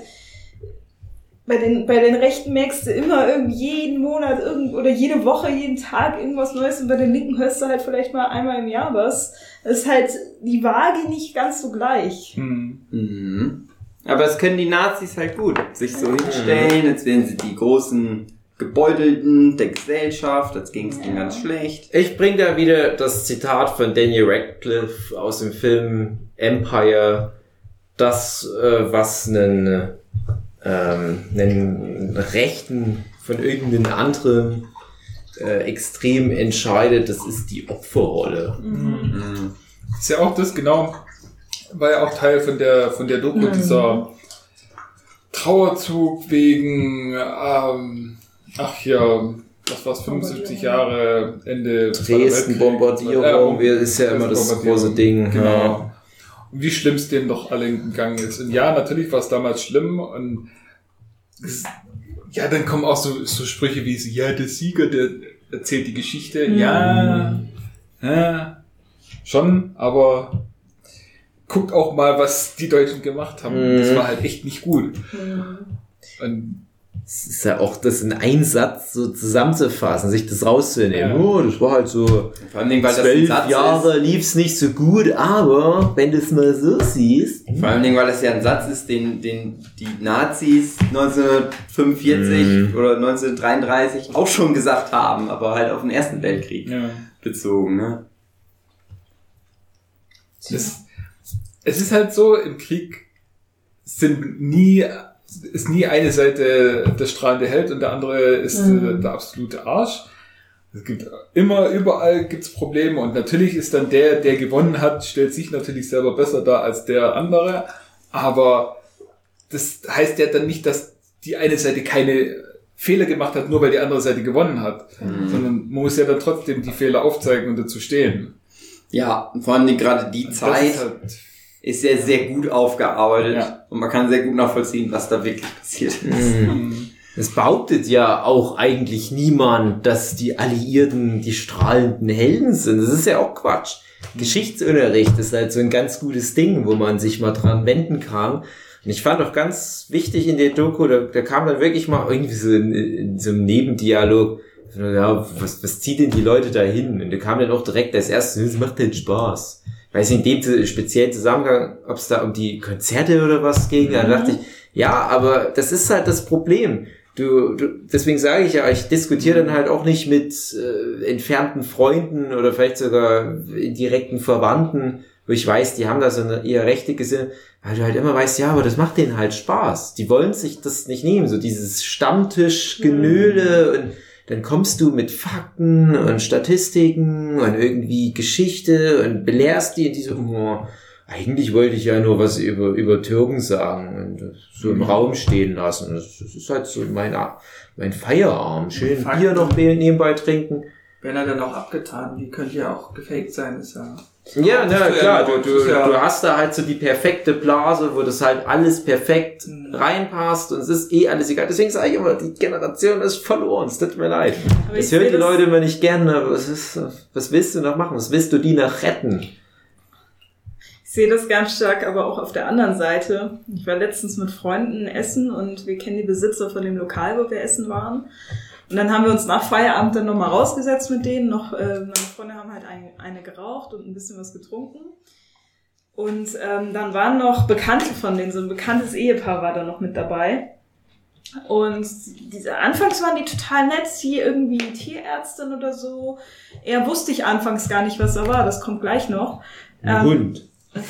bei den, bei den Rechten merkst du immer irgendwie jeden Monat irgend, oder jede Woche, jeden Tag irgendwas Neues und bei den Linken hörst du halt vielleicht mal einmal im Jahr was. Das ist halt die Waage nicht ganz so gleich. Hm. Mhm. Aber das können die Nazis halt gut. Sich so hinstellen, als wären sie die großen Gebeutelten der Gesellschaft, als ging es ihnen ganz schlecht. Ich bring da wieder das Zitat von Daniel Radcliffe aus dem Film Empire, das, äh, was einen, ähm, einen Rechten von irgendeinem anderen äh, Extrem entscheidet, das ist die Opferrolle. Mhm. Ist ja auch das, genau, war ja auch Teil von der, von der Doku, Mhm. dieser Trauerzug wegen, ähm, ach ja, das war's, fünfundsiebzig Jahre, Ende Dresden, Bombardierung, äh, ist ja immer das große Ding. Genau. Ja. Und wie schlimm es denen doch alle gegangen ist. Und ja, natürlich war es damals schlimm und es, ja, dann kommen auch so, so Sprüche wie, ja, der Sieger, der erzählt die Geschichte. Mhm. Ja, ja, schon, aber guckt auch mal, was die Deutschen gemacht haben. Mhm. Das war halt echt nicht gut. Mhm. Und es ist ja auch das in einen Satz so zusammenzufassen, sich das rauszunehmen. Ja. Oh, das war halt so, vor allem, weil zwölf das ein Satz Jahre lief's nicht so gut, aber wenn du es mal so siehst. Vor allem, weil das ja ein Satz ist, den, den die Nazis neunzehnhundertfünfundvierzig mm. oder neunzehnhundertdreiunddreißig auch schon gesagt haben, aber halt auf den Ersten Weltkrieg ja. bezogen. Ne? Es, es ist halt so, im Krieg sind nie... ist nie eine Seite der strahlende Held und der andere ist mhm. der absolute Arsch. Es gibt immer, überall gibt's Probleme und natürlich ist dann der, der gewonnen hat, stellt sich natürlich selber besser dar als der andere, aber das heißt ja dann nicht, dass die eine Seite keine Fehler gemacht hat, nur weil die andere Seite gewonnen hat, mhm. sondern man muss ja dann trotzdem die Fehler aufzeigen und dazu stehen. Ja, vor allem gerade die und Zeit ist sehr, sehr gut aufgearbeitet ja. und man kann sehr gut nachvollziehen, was da wirklich passiert ist. Mhm. Es behauptet ja auch eigentlich niemand, dass die Alliierten die strahlenden Helden sind. Das ist ja auch Quatsch. Geschichtsunterricht ist halt so ein ganz gutes Ding, wo man sich mal dran wenden kann. Und ich fand auch ganz wichtig in der Doku, da, da kam dann wirklich mal irgendwie so in, in so einem Nebendialog, ja, was, was zieht denn die Leute da hin? Und da kam dann auch direkt als erstes, es macht halt Spaß. Ich weiß nicht, in dem speziellen Zusammenhang, ob es da um die Konzerte oder was ging, mhm. da dachte ich, ja, aber das ist halt das Problem. Du, du deswegen sage ich ja, ich diskutiere dann halt auch nicht mit äh, entfernten Freunden oder vielleicht sogar direkten Verwandten, wo ich weiß, die haben da so eine eher rechte Gesinnung, weil du halt immer weißt, ja, aber das macht denen halt Spaß. Die wollen sich das nicht nehmen, so dieses Stammtischgenöle mhm. und dann kommst du mit Fakten und Statistiken und irgendwie Geschichte und belehrst die und die so, oh, eigentlich wollte ich ja nur was über, über Türken sagen und so im Raum stehen lassen. Das, das ist halt so mein, mein Feierabend. Schön Fakten. Bier noch nebenbei trinken. Wenn er dann auch abgetan, die könnte ja auch gefaked sein, ist ja... Ja, na klar, du, du, du hast da halt so die perfekte Blase, wo das halt alles perfekt mhm. reinpasst und es ist eh alles egal. Deswegen sage ich immer, die Generation ist verloren, es tut mir leid. Aber das hören die Leute immer nicht gerne. Was ist, was willst du noch machen? Was willst du die noch retten? Ich sehe das ganz stark, aber auch auf der anderen Seite. Ich war letztens mit Freunden essen und wir kennen die Besitzer von dem Lokal, wo wir essen waren. Und dann haben wir uns nach Feierabend dann nochmal rausgesetzt mit denen. Noch, äh, meine Freunde haben halt ein, eine geraucht und ein bisschen was getrunken. Und ähm, dann waren noch Bekannte von denen, so ein bekanntes Ehepaar war da noch mit dabei. Und diese, anfangs waren die total nett, sie irgendwie Tierärztin oder so. Eher wusste ich anfangs gar nicht, was da war, das kommt gleich noch. Ein ähm, Hund.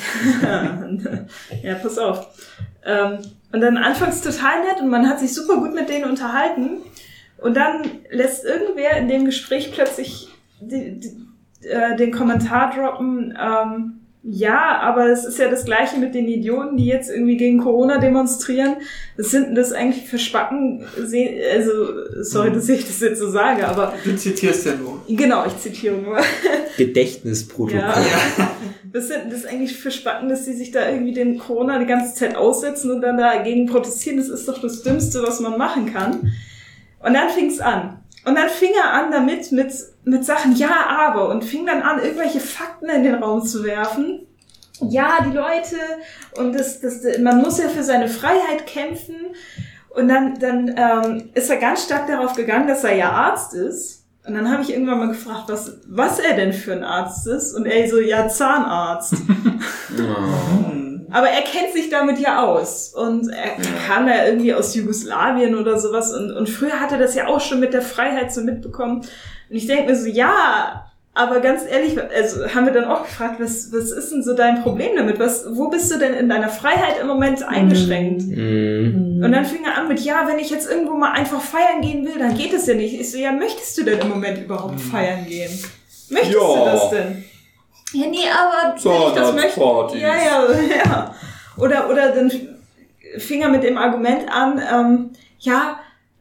Ja, pass auf. Ähm, und dann anfangs total nett und man hat sich super gut mit denen unterhalten. Und dann lässt irgendwer in dem Gespräch plötzlich die, die, äh, den Kommentar droppen, ähm, ja, aber es ist ja das Gleiche mit den Idioten, die jetzt irgendwie gegen Corona demonstrieren. Was sind denn das eigentlich für Spacken? Also, sorry, dass ich das jetzt so sage, aber... Du zitierst ja nur. Genau, ich zitiere nur. Gedächtnisprotokoll. Ja. Ja. Was sind das eigentlich für Spacken, dass die sich da irgendwie den Corona die ganze Zeit aussetzen und dann dagegen protestieren? Das ist doch das Dümmste, was man machen kann. Und dann fing's an. Und dann fing er an damit, mit, mit Sachen, ja, aber, und fing dann an, irgendwelche Fakten in den Raum zu werfen. Ja, die Leute, und das, das, man muss ja für seine Freiheit kämpfen. Und dann, dann, ähm, ist er ganz stark darauf gegangen, dass er ja Arzt ist. Und dann habe ich irgendwann mal gefragt, was, was er denn für ein Arzt ist. Und er so, ja, Zahnarzt. Oh. Aber er kennt sich damit ja aus. Und er, er kam ja irgendwie aus Jugoslawien oder sowas. Und, und früher hat er das ja auch schon mit der Freiheit so mitbekommen. Und ich denke mir so, ja, aber ganz ehrlich, also haben wir dann auch gefragt, was, was ist denn so dein Problem damit? Was, wo bist du denn in deiner Freiheit im Moment eingeschränkt? Mhm. Und dann fing er an mit, ja, wenn ich jetzt irgendwo mal einfach feiern gehen will, dann geht es ja nicht. Ich so, ja, möchtest du denn im Moment überhaupt feiern gehen? Möchtest ja. du das denn? Ja, nee, aber wenn ich das möchte. Ja, ja, ja. Oder, oder dann fing er mit dem Argument an, ähm, ja,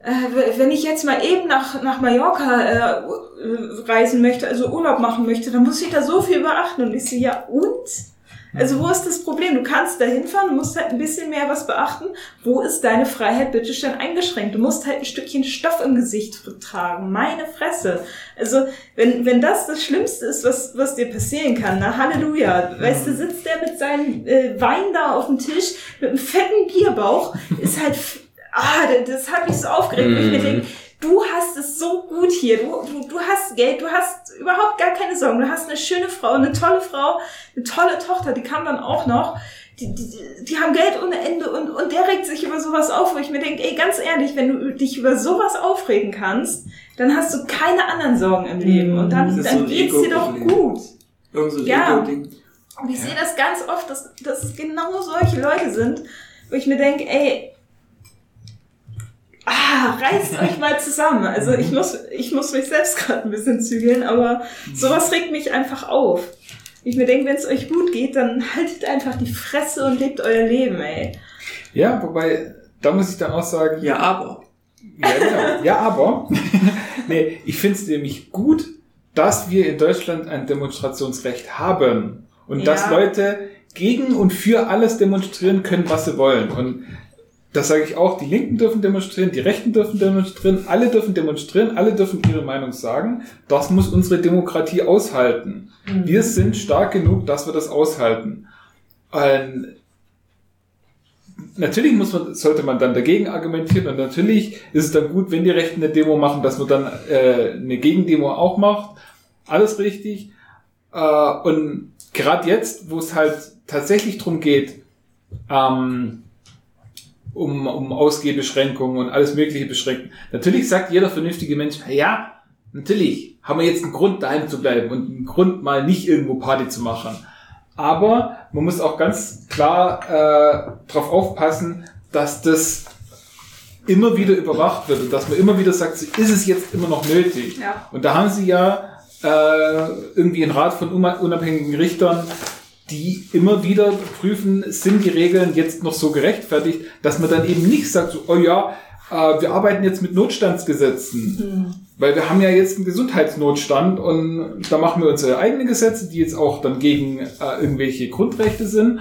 äh, wenn ich jetzt mal eben nach, nach Mallorca äh, reisen möchte, also Urlaub machen möchte, dann muss ich da so viel beachten. Und ich so, ja und? Also wo ist das Problem? Du kannst da hinfahren, du musst halt ein bisschen mehr was beachten. Wo ist deine Freiheit bitte schön eingeschränkt? Du musst halt ein Stückchen Stoff im Gesicht tragen. Meine Fresse. Also wenn wenn das das Schlimmste ist, was was dir passieren kann, na Halleluja. Weißt du, sitzt der mit seinem äh, Wein da auf dem Tisch, mit einem fetten Bierbauch, ist halt, ah, das hat mich so aufgeregt. Mhm. Ich mir denke, du hast es so gut hier, du, du, du hast Geld, du hast überhaupt gar keine Sorgen, du hast eine schöne Frau, eine tolle Frau, eine tolle Tochter, die kam dann auch noch, die, die, die haben Geld ohne Ende und, und der regt sich über sowas auf, wo ich mir denke, ey, ganz ehrlich, wenn du dich über sowas aufregen kannst, dann hast du keine anderen Sorgen im Leben und dann, dann so geht's dir doch gut. Irgend so ein ja, Ego-Ding. Und ich sehe das ganz oft, dass, dass es genau solche Leute sind, wo ich mir denke, ey, ah, reißt euch mal zusammen. Also ich muss, ich muss mich selbst gerade ein bisschen zügeln, aber sowas regt mich einfach auf. Ich mir denke, wenn es euch gut geht, dann haltet einfach die Fresse und lebt euer Leben, ey. Ja, wobei, da muss ich dann auch sagen... Ja, aber. Ja, genau. Ja, aber. Nee, ich finde es nämlich gut, dass wir in Deutschland ein Demonstrationsrecht haben. Und ja. dass Leute gegen und für alles demonstrieren können, was sie wollen. Und das sage ich auch, die Linken dürfen demonstrieren, die Rechten dürfen demonstrieren, alle dürfen demonstrieren, alle dürfen ihre Meinung sagen. Das muss unsere Demokratie aushalten. Mhm. Wir sind stark genug, dass wir das aushalten. Und natürlich muss man, sollte man dann dagegen argumentieren und natürlich ist es dann gut, wenn die Rechten eine Demo machen, dass man dann äh, eine Gegendemo auch macht. Alles richtig. Äh, und gerade jetzt, wo es halt tatsächlich drum geht, ähm, um, um Ausgehbeschränkungen und alles mögliche beschränken. Natürlich sagt jeder vernünftige Mensch, ja, natürlich haben wir jetzt einen Grund, daheim zu bleiben und einen Grund, mal nicht irgendwo Party zu machen. Aber man muss auch ganz klar äh, darauf aufpassen, dass das immer wieder überwacht wird und dass man immer wieder sagt, so, ist es jetzt immer noch nötig? Ja. Und da haben sie ja äh, irgendwie einen Rat von unabhängigen Richtern, die immer wieder prüfen, sind die Regeln jetzt noch so gerechtfertigt, dass man dann eben nicht sagt, so, oh ja, äh, wir arbeiten jetzt mit Notstandsgesetzen, mhm. weil wir haben ja jetzt einen Gesundheitsnotstand und da machen wir unsere eigenen Gesetze, die jetzt auch dann gegen äh, irgendwelche Grundrechte sind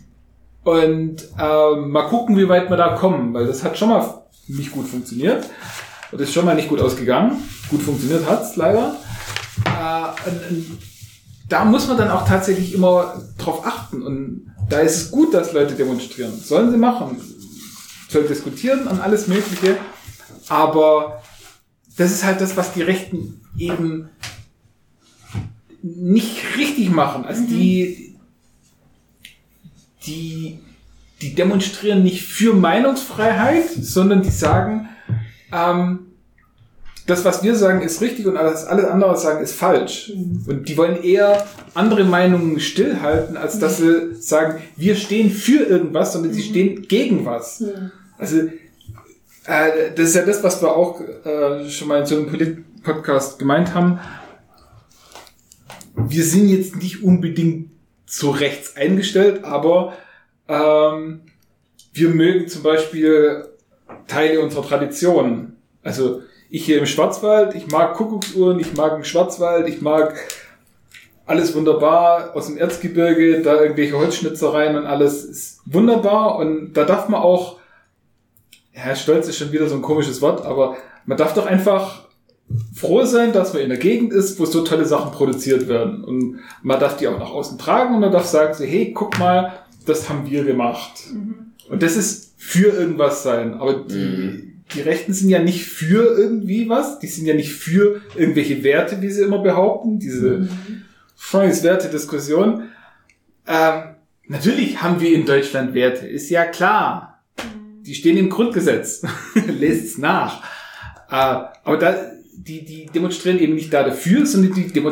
und äh, mal gucken, wie weit wir da kommen, weil das hat schon mal nicht gut funktioniert und ist schon mal nicht gut ausgegangen. Gut funktioniert hat's leider. Äh, und, und, Da muss man dann auch tatsächlich immer drauf achten. Und da ist es gut, dass Leute demonstrieren. Sollen sie machen. Sollen diskutieren und alles Mögliche. Aber das ist halt das, was die Rechten eben nicht richtig machen. Also die, die, die demonstrieren nicht für Meinungsfreiheit, sondern die sagen, ähm, das, was wir sagen, ist richtig und alles, alles andere sagen, ist falsch. Mhm. Und die wollen eher andere Meinungen stillhalten, als dass sie sagen, wir stehen für irgendwas, sondern mhm. sie stehen gegen was. Mhm. Also, äh, das ist ja das, was wir auch äh, schon mal in so einem Polit-Podcast gemeint haben. Wir sind jetzt nicht unbedingt so rechts eingestellt, aber ähm, wir mögen zum Beispiel Teile unserer Tradition. Also, ich hier im Schwarzwald, ich mag Kuckucksuhren, ich mag den Schwarzwald, ich mag alles wunderbar aus dem Erzgebirge, da irgendwelche Holzschnitzereien und alles ist wunderbar und da darf man auch, ja, stolz ist schon wieder so ein komisches Wort, aber man darf doch einfach froh sein, dass man in der Gegend ist, wo so tolle Sachen produziert werden und man darf die auch nach außen tragen und man darf sagen so, hey, guck mal, das haben wir gemacht. Mhm. Und das ist für irgendwas sein, aber die mhm. Die Rechten sind ja nicht für irgendwie was, die sind ja nicht für irgendwelche Werte, wie sie immer behaupten, diese mhm. scheiß Wertediskussion. Ähm, natürlich haben wir in Deutschland Werte, ist ja klar. Die stehen im Grundgesetz. Lest es nach. Äh, aber da, die, die demonstrieren eben nicht da dafür, sondern die demonstrieren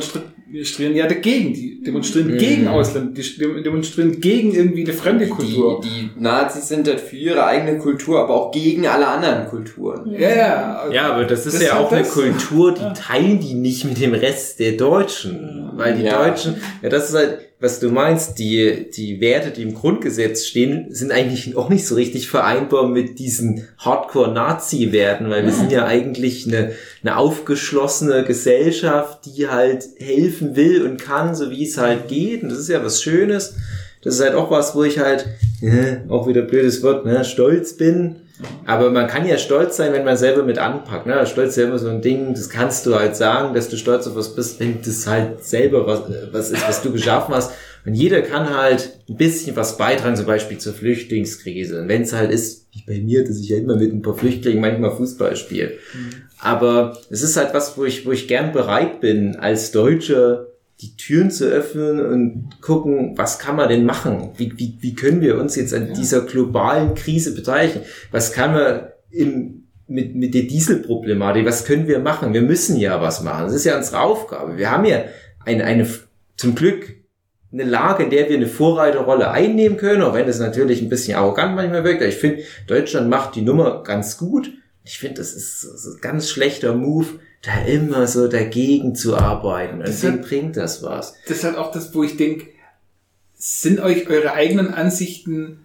demonstrieren ja dagegen, die demonstrieren Mhm. gegen Ausländer, die demonstrieren gegen irgendwie eine fremde Kultur. Die, die Nazis sind halt für ihre eigene Kultur, aber auch gegen alle anderen Kulturen. Ja, ja. Ja, aber das ist Das ja ist auch halt eine das. Kultur, die Ja. teilen die nicht mit dem Rest der Deutschen. Weil die Ja. Deutschen, ja, das ist halt, was du meinst, die, die Werte, die im Grundgesetz stehen, sind eigentlich auch nicht so richtig vereinbar mit diesen Hardcore-Nazi-Werten, weil wir sind ja eigentlich eine, eine aufgeschlossene Gesellschaft, die halt helfen will und kann, so wie es halt geht. Und das ist ja was Schönes. Das ist halt auch was, wo ich halt, äh, auch wieder blödes Wort, ne, stolz bin. Aber man kann ja stolz sein, wenn man selber mit anpackt. Ne? Stolz ist ja immer so ein Ding, das kannst du halt sagen, dass du stolz auf was bist, wenn das halt selber was, was ist, was du geschaffen hast. Und jeder kann halt ein bisschen was beitragen, zum Beispiel zur Flüchtlingskrise. Und wenn es halt ist, wie bei mir, dass ich ja immer mit ein paar Flüchtlingen manchmal Fußball spiele. Mhm. Aber es ist halt was, wo ich, wo ich gern bereit bin, als Deutscher die Türen zu öffnen und gucken, was kann man denn machen? Wie, wie, wie können wir uns jetzt an ja. dieser globalen Krise beteiligen? Was kann man im, mit, mit der Dieselproblematik, was können wir machen? Wir müssen ja was machen. Das ist ja unsere Aufgabe. Wir haben ja eine, eine, zum Glück eine Lage, in der wir eine Vorreiterrolle einnehmen können, auch wenn das natürlich ein bisschen arrogant manchmal wirkt. Aber ich finde, Deutschland macht die Nummer ganz gut. Ich finde, das ist so ein ganz schlechter Move, da immer so dagegen zu arbeiten. Und deswegen bringt das was. Das ist halt auch das, wo ich denke, sind euch eure eigenen Ansichten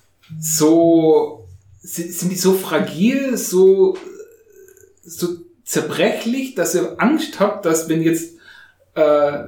so, sind, sind die so fragil, so, so zerbrechlich, dass ihr Angst habt, dass wenn jetzt äh,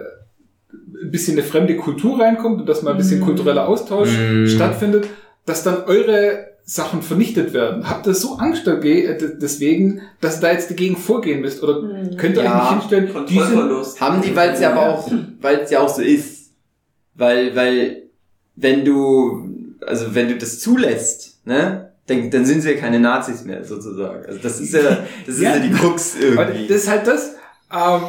ein bisschen eine fremde Kultur reinkommt und dass mal ein bisschen mm. kultureller Austausch mm. stattfindet, dass dann eure Sachen vernichtet werden. Habt ihr so Angst dagegen, deswegen, dass ihr da jetzt dagegen vorgehen müsst? Oder mhm. könnt ihr ja, euch nicht hinstellen? Kontrollverlust. Haben die, weil es ja aber auch, weil es ja auch so ist. Weil, weil, wenn du, also wenn du das zulässt, ne, dann, dann sind sie ja keine Nazis mehr, sozusagen. Also das ist ja, das ist ja, ja die Krux irgendwie. Das ist halt das, ähm,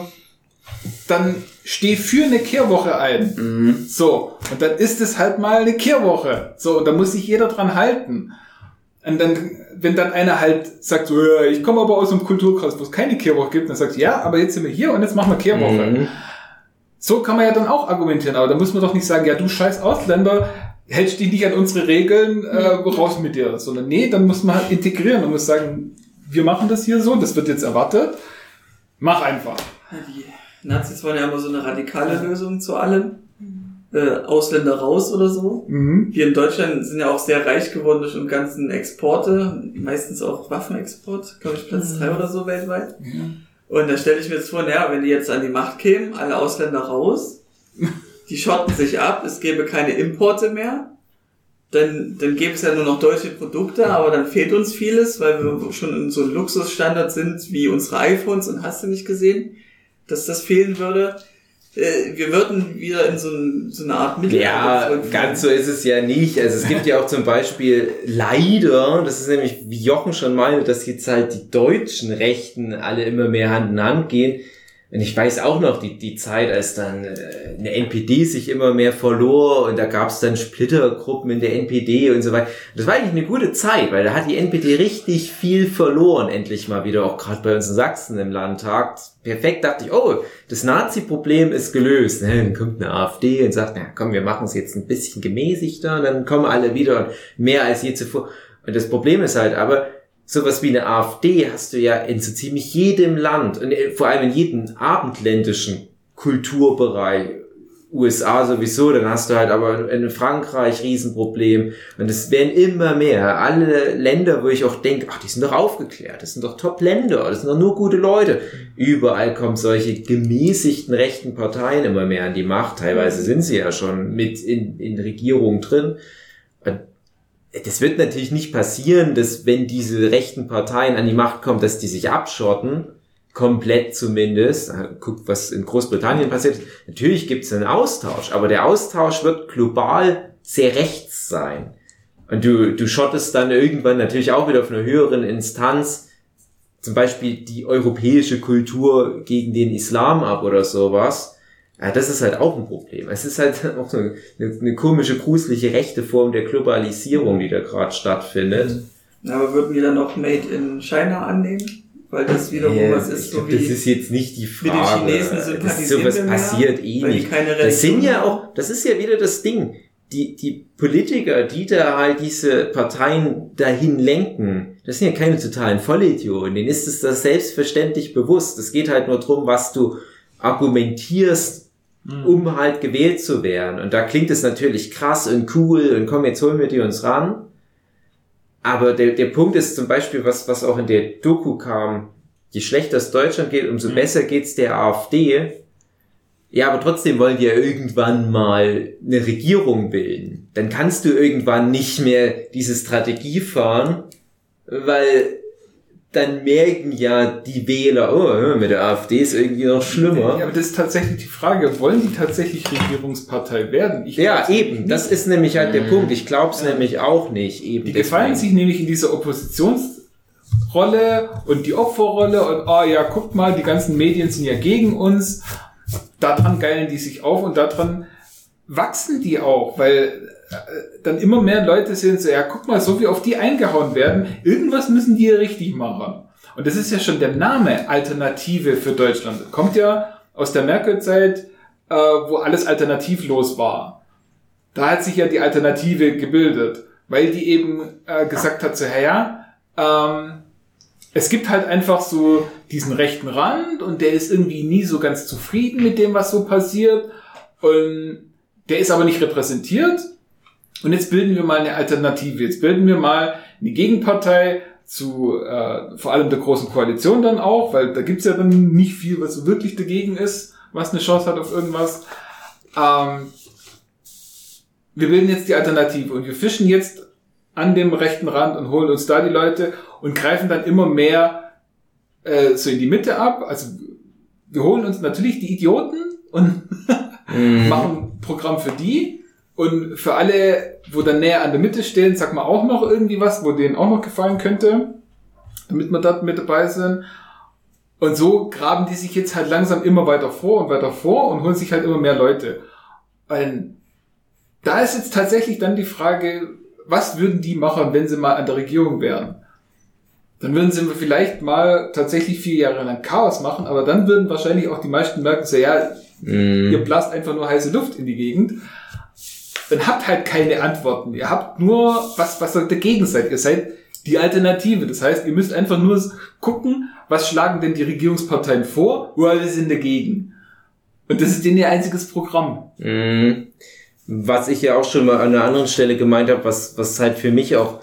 dann steh für eine Kehrwoche ein. Mhm. So. Und dann ist es halt mal eine Kehrwoche. So. Und da muss sich jeder dran halten. Und dann, wenn dann einer halt sagt, so, ja, ich komme aber aus einem Kulturkreis, wo es keine Kehrwoche gibt, dann sagt, ja, aber jetzt sind wir hier und jetzt machen wir Kehrwoche. Mhm. So kann man ja dann auch argumentieren. Aber da muss man doch nicht sagen, ja, du scheiß Ausländer, hältst dich nicht an unsere Regeln, äh, raus mit dir. Sondern nee, dann muss man halt integrieren und muss sagen, wir machen das hier so, das wird jetzt erwartet. Mach einfach. Die Nazis wollen ja immer so eine radikale Lösung zu allem. Äh, Ausländer raus oder so. Mhm. Wir in Deutschland sind ja auch sehr reich geworden durch unsere ganzen Exporte, meistens auch Waffenexport, glaube ich Platz drei mhm. oder so weltweit. Mhm. Und da stelle ich mir jetzt vor, naja, wenn die jetzt an die Macht kämen, alle Ausländer raus, die schotten sich ab, es gäbe keine Importe mehr, dann, dann gäbe es ja nur noch deutsche Produkte, aber dann fehlt uns vieles, weil wir schon in so einem Luxusstandard sind wie unsere iPhones und hast du nicht gesehen, dass das fehlen würde. Wir würden wieder in so, ein, so eine Art Mittelalter. Ja, ganz so ist es ja nicht. Also es gibt ja auch zum Beispiel leider, das ist nämlich, wie Jochen schon meinte, dass jetzt halt die deutschen Rechten alle immer mehr Hand in Hand gehen. Und ich weiß auch noch die, die Zeit, als dann eine N P D sich immer mehr verlor und da gab es dann Splittergruppen in der N P D und so weiter. Das war eigentlich eine gute Zeit, weil da hat die N P D richtig viel verloren, endlich mal wieder, auch gerade bei uns in Sachsen im Landtag. Perfekt, dachte ich, oh, das Nazi-Problem ist gelöst. Dann kommt eine AfD und sagt, na komm, wir machen es jetzt ein bisschen gemäßigter und dann kommen alle wieder und mehr als je zuvor. Und das Problem ist halt aber, sowas wie eine AfD hast du ja in so ziemlich jedem Land und vor allem in jedem abendländischen Kulturbereich, U S A sowieso, dann hast du halt aber in Frankreich Riesenproblem und es werden immer mehr. Alle Länder, wo ich auch denke, ach, die sind doch aufgeklärt, das sind doch Top-Länder, das sind doch nur gute Leute. Überall kommen solche gemäßigten rechten Parteien immer mehr an die Macht, teilweise sind sie ja schon mit in, in Regierungen drin. Und das wird natürlich nicht passieren, dass wenn diese rechten Parteien an die Macht kommen, dass die sich abschotten, komplett zumindest. Guck, was in Großbritannien passiert ist. Natürlich gibt es einen Austausch, aber der Austausch wird global sehr rechts sein. Und du, du schottest dann irgendwann natürlich auch wieder auf einer höheren Instanz, zum Beispiel die europäische Kultur gegen den Islam ab oder sowas. Ja, das ist halt auch ein Problem. Es ist halt auch so eine, eine komische, gruselige rechte Form der Globalisierung, die da gerade stattfindet. Aber würden die dann noch Made in China annehmen? weil das wiederum ja, was ist, ich so glaub, wie... Das ist jetzt nicht die Frage. Wie die Chinesen das sympathisieren sowas wir mehr, passiert eh weil die nicht. keine Das sind Religion ja haben. auch, das ist ja wieder das Ding. Die, die Politiker, die da halt diese Parteien dahin lenken, das sind ja keine totalen Vollidioten. Denen ist es das selbstverständlich bewusst. Es geht halt nur drum, was du argumentierst, mhm. um halt gewählt zu werden. Und da klingt es natürlich krass und cool und komm, jetzt holen wir die uns ran. Aber der, der Punkt ist zum Beispiel, was, was auch in der Doku kam, je schlechter es Deutschland geht, umso mhm. besser geht's der AfD. Ja, aber trotzdem wollen die ja irgendwann mal eine Regierung bilden. Dann kannst du irgendwann nicht mehr diese Strategie fahren, weil dann merken ja die Wähler, oh, mit der AfD ist irgendwie noch schlimmer. Ja, aber das ist tatsächlich die Frage, wollen die tatsächlich Regierungspartei werden? Ich ja, eben, nicht. Das ist nämlich halt der Punkt. Ich glaube es ja. nämlich auch nicht. Eben die gefallen sich nämlich in dieser Oppositionsrolle und die Opferrolle und, oh ja, guck mal, die ganzen Medien sind ja gegen uns. Daran geilen die sich auf und daran wachsen die auch, weil dann immer mehr Leute sind so, ja, guck mal, so wie auf die eingehauen werden, irgendwas müssen die ja richtig machen. Und das ist ja schon der Name Alternative für Deutschland. Kommt ja aus der Merkel-Zeit, äh, wo alles alternativlos war. Da hat sich ja die Alternative gebildet, weil die eben äh, gesagt hat, so, ja, ähm, es gibt halt einfach so diesen rechten Rand und der ist irgendwie nie so ganz zufrieden mit dem, was so passiert und der ist aber nicht repräsentiert. Und jetzt bilden wir mal eine Alternative. Jetzt bilden wir mal eine Gegenpartei zu äh, vor allem der Großen Koalition dann auch, weil da gibt's ja dann nicht viel, was so wirklich dagegen ist, was eine Chance hat auf irgendwas. Ähm, wir bilden jetzt die Alternative und wir fischen jetzt an dem rechten Rand und holen uns da die Leute und greifen dann immer mehr äh, so in die Mitte ab. Also wir holen uns natürlich die Idioten und mhm. machen ein Programm für die. Und für alle, wo dann näher an der Mitte stehen, sag mal auch noch irgendwie was, wo denen auch noch gefallen könnte, damit wir dort mit dabei sind. Und so graben die sich jetzt halt langsam immer weiter vor und weiter vor und holen sich halt immer mehr Leute. Und da ist jetzt tatsächlich dann die Frage, was würden die machen, wenn sie mal an der Regierung wären? Dann würden sie vielleicht mal tatsächlich vier Jahre lang Chaos machen, aber dann würden wahrscheinlich auch die meisten merken, so ja, mm. ihr blasst einfach nur heiße Luft in die Gegend. Dann habt halt keine Antworten. Ihr habt nur, was, was dagegen seid. Ihr seid die Alternative. Das heißt, ihr müsst einfach nur gucken, was schlagen denn die Regierungsparteien vor, oder wir sind dagegen. Und das ist denen ihr einziges Programm. Mhm. Was ich ja auch schon mal an einer anderen Stelle gemeint habe, was, was halt für mich auch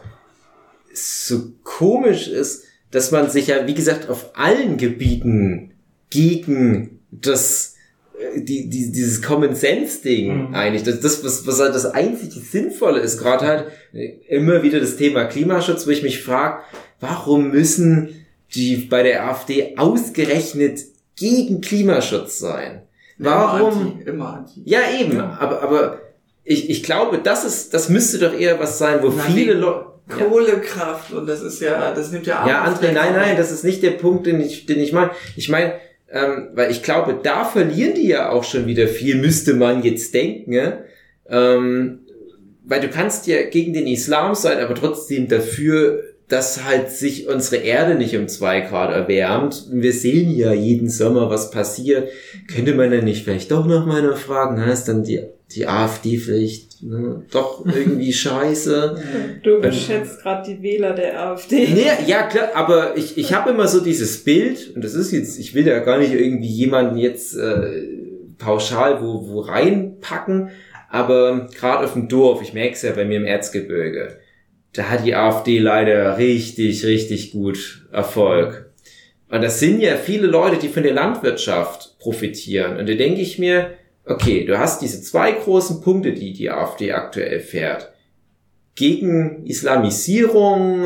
so komisch ist, dass man sich ja, wie gesagt, auf allen Gebieten gegen das Die, die, dieses Common-Sense-Ding mhm. eigentlich, das, das was, was halt das einzige Sinnvolle ist, gerade halt immer wieder das Thema Klimaschutz, wo ich mich frage, warum müssen die bei der AfD ausgerechnet gegen Klimaschutz sein? Warum? Immer anti. Immer anti. Ja, eben, ja. aber, aber ich, ich glaube, das ist, das müsste doch eher was sein, wo nein, viele Leute... Kohlekraft und das ist ja, das nimmt ja... Ja, André, nein, nein, das ist nicht der Punkt, den ich, den ich meine. Ich meine, Ähm, weil ich glaube, da verlieren die ja auch schon wieder viel, müsste man jetzt denken, ne? ähm, weil du kannst ja gegen den Islam sein, aber trotzdem dafür, dass halt sich unsere Erde nicht um zwei Grad erwärmt. Wir sehen ja jeden Sommer, was passiert. Könnte man dann nicht vielleicht doch noch mal fragen, na, ist dann die, die AfD vielleicht ne, doch irgendwie scheiße? Du überschätzt gerade die Wähler der AfD. Nee, ja, klar, aber ich, ich habe immer so dieses Bild, und das ist jetzt, ich will ja gar nicht irgendwie jemanden jetzt äh, pauschal wo, wo reinpacken, aber gerade auf dem Dorf, ich merke es ja bei mir im Erzgebirge, da hat die AfD leider richtig, richtig gut Erfolg. Und das sind ja viele Leute, die von der Landwirtschaft profitieren. Und da denke ich mir, okay, du hast diese zwei großen Punkte, die die AfD aktuell fährt. Gegen Islamisierung,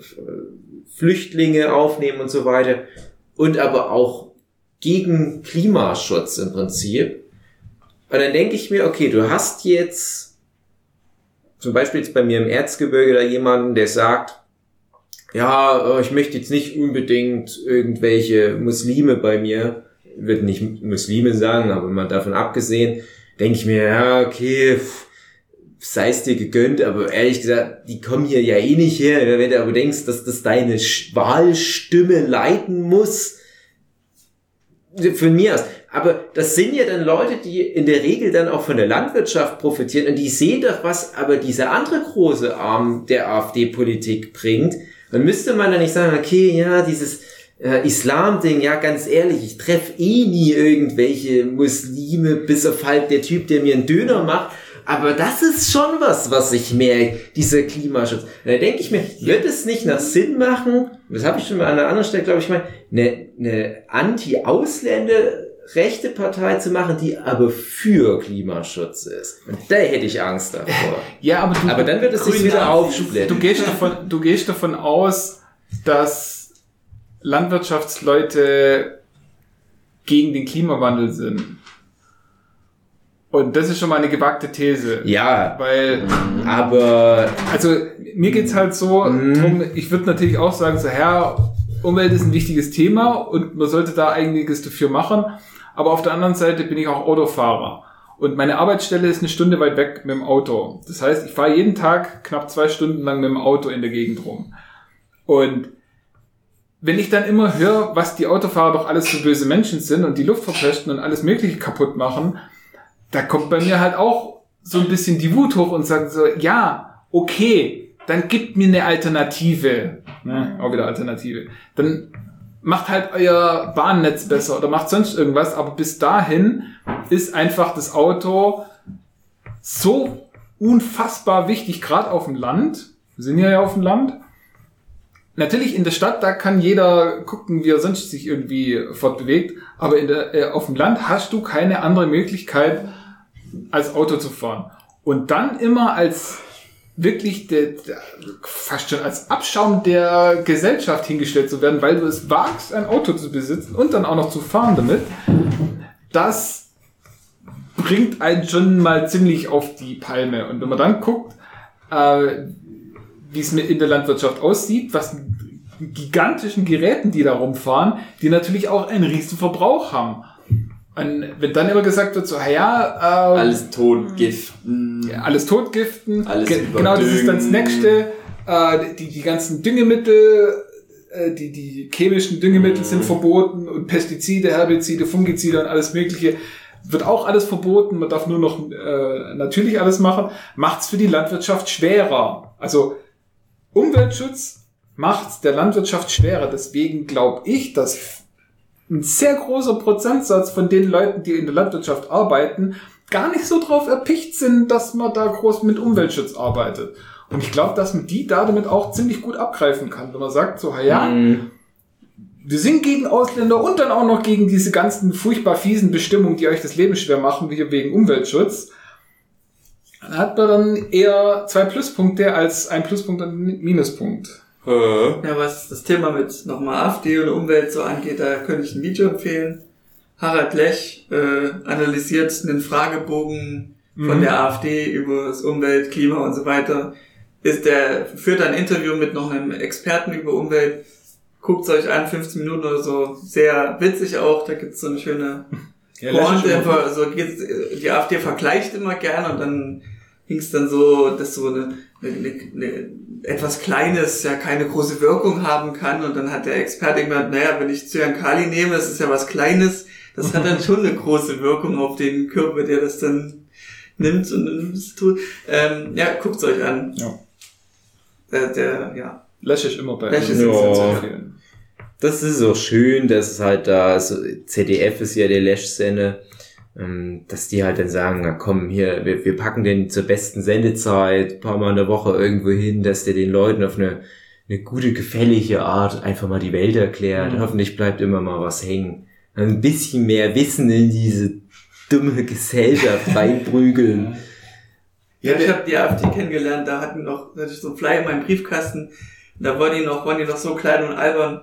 Flüchtlinge aufnehmen und so weiter. Und aber auch gegen Klimaschutz im Prinzip. Und dann denke ich mir, okay, du hast jetzt zum Beispiel jetzt bei mir im Erzgebirge da jemanden, der sagt, ja, ich möchte jetzt nicht unbedingt irgendwelche Muslime bei mir, wird nicht Muslime sagen, aber mal davon abgesehen, denke ich mir, ja, okay, sei es dir gegönnt, aber ehrlich gesagt, die kommen hier ja eh nicht her. Wenn du aber denkst, dass das deine Wahlstimme leiten muss, von mir aus. Aber das sind ja dann Leute, die in der Regel dann auch von der Landwirtschaft profitieren und die sehen doch, was aber dieser andere große Arm der AfD-Politik bringt. Dann müsste man dann nicht sagen, okay, ja, dieses äh, Islam-Ding, ja, ganz ehrlich, ich treffe eh nie irgendwelche Muslime, bis auf halt der Typ, der mir einen Döner macht. Aber das ist schon was, was ich merke, dieser Klimaschutz. Da denke ich mir, wird es nicht nach Sinn machen, das habe ich schon mal an einer anderen Stelle, glaube ich mal, eine, eine Anti-Ausländer-rechte Partei zu machen, die aber für Klimaschutz ist. Und da hätte ich Angst davor. Ja, aber, du, aber dann wird es sich wieder aufsplitten. Du gehst davon, du gehst davon aus, dass Landwirtschaftsleute gegen den Klimawandel sind. Und das ist schon mal eine gewagte These. Ja. Weil, aber, also, mir geht's halt so drum, ich würde natürlich auch sagen, so, Herr, Umwelt ist ein wichtiges Thema und man sollte da einiges dafür machen. Aber auf der anderen Seite bin ich auch Autofahrer. Und meine Arbeitsstelle ist eine Stunde weit weg mit dem Auto. Das heißt, ich fahre jeden Tag knapp zwei Stunden lang mit dem Auto in der Gegend rum. Und wenn ich dann immer höre, was die Autofahrer doch alles für böse Menschen sind und die Luft verpesten und alles Mögliche kaputt machen, da kommt bei mir halt auch so ein bisschen die Wut hoch und sagt so, ja, okay, dann gibt mir eine Alternative. Ne, auch wieder Alternative. Dann macht halt euer Bahnnetz besser oder macht sonst irgendwas, aber bis dahin ist einfach das Auto so unfassbar wichtig, gerade auf dem Land. Wir sind ja auf dem Land. Natürlich in der Stadt, da kann jeder gucken, wie er sonst sich irgendwie fortbewegt, aber in der, äh, auf dem Land hast du keine andere Möglichkeit, als Auto zu fahren. Und dann immer als wirklich der, der, fast schon als Abschaum der Gesellschaft hingestellt zu werden, weil du es wagst, ein Auto zu besitzen und dann auch noch zu fahren damit, das bringt einen schon mal ziemlich auf die Palme. Und wenn man dann guckt, äh, wie es in der Landwirtschaft aussieht, was mit gigantischen Geräten, die da rumfahren, die natürlich auch einen riesen Verbrauch haben. Und wenn dann immer gesagt wird, so, ja, äh, alles totgiften. Ja, alles totgiften. Alles Ge- genau, das ist dann das Nächste. Äh, die, die ganzen Düngemittel, äh, die, die chemischen Düngemittel mhm. sind verboten und Pestizide, Herbizide, Fungizide und alles Mögliche wird auch alles verboten. Man darf nur noch äh, natürlich alles machen. Macht's für die Landwirtschaft schwerer. Also Umweltschutz macht's der Landwirtschaft schwerer. Deswegen glaube ich, dass ein sehr großer Prozentsatz von den Leuten, die in der Landwirtschaft arbeiten, gar nicht so drauf erpicht sind, dass man da groß mit Umweltschutz arbeitet. Und ich glaube, dass man die da damit auch ziemlich gut abgreifen kann, wenn man sagt, so, ja, mm. wir sind gegen Ausländer und dann auch noch gegen diese ganzen furchtbar fiesen Bestimmungen, die euch das Leben schwer machen, wie wegen Umweltschutz. Dann hat man dann eher zwei Pluspunkte als ein Pluspunkt und ein Minuspunkt. Ja, was das Thema mit nochmal AfD und Umwelt so angeht, da könnte ich ein Video empfehlen. Harald Lech äh, analysiert einen Fragebogen von mhm. der AfD über das Umwelt, Klima und so weiter. Ist der führt ein Interview mit noch einem Experten über Umwelt. Guckt's euch an, fünfzehn Minuten oder so. Sehr witzig auch, da gibt's so eine schöne ja, Pointe. Also die AfD vergleicht immer gerne und dann ging's dann so, dass so eine, eine, eine etwas Kleines ja keine große Wirkung haben kann und dann hat der Experte gemeint, naja, wenn ich Cyankali nehme, das ist ja was Kleines, das hat dann schon eine große Wirkung auf den Körper, der das dann nimmt und das tut. Ähm, ja, guckt's euch an. Ja. Der, der ja. Lech ist immer bei Lech ist ja. zu empfehlen. Das ist auch schön, dass es halt da, also Z D F ist ja der Lech-Sende, dass die halt dann sagen, na komm, hier, wir, wir packen den zur besten Sendezeit, ein paar Mal in der Woche irgendwo hin, dass der den Leuten auf eine, eine gute, gefällige Art einfach mal die Welt erklärt. Mhm. Hoffentlich bleibt immer mal was hängen. Ein bisschen mehr Wissen in diese dumme Gesellschaft reinprügeln. Ja, ich habe die AfD kennengelernt, da hatten noch, hatte ich so ein Flyer in meinem Briefkasten, da waren die noch, waren die noch so klein und albern.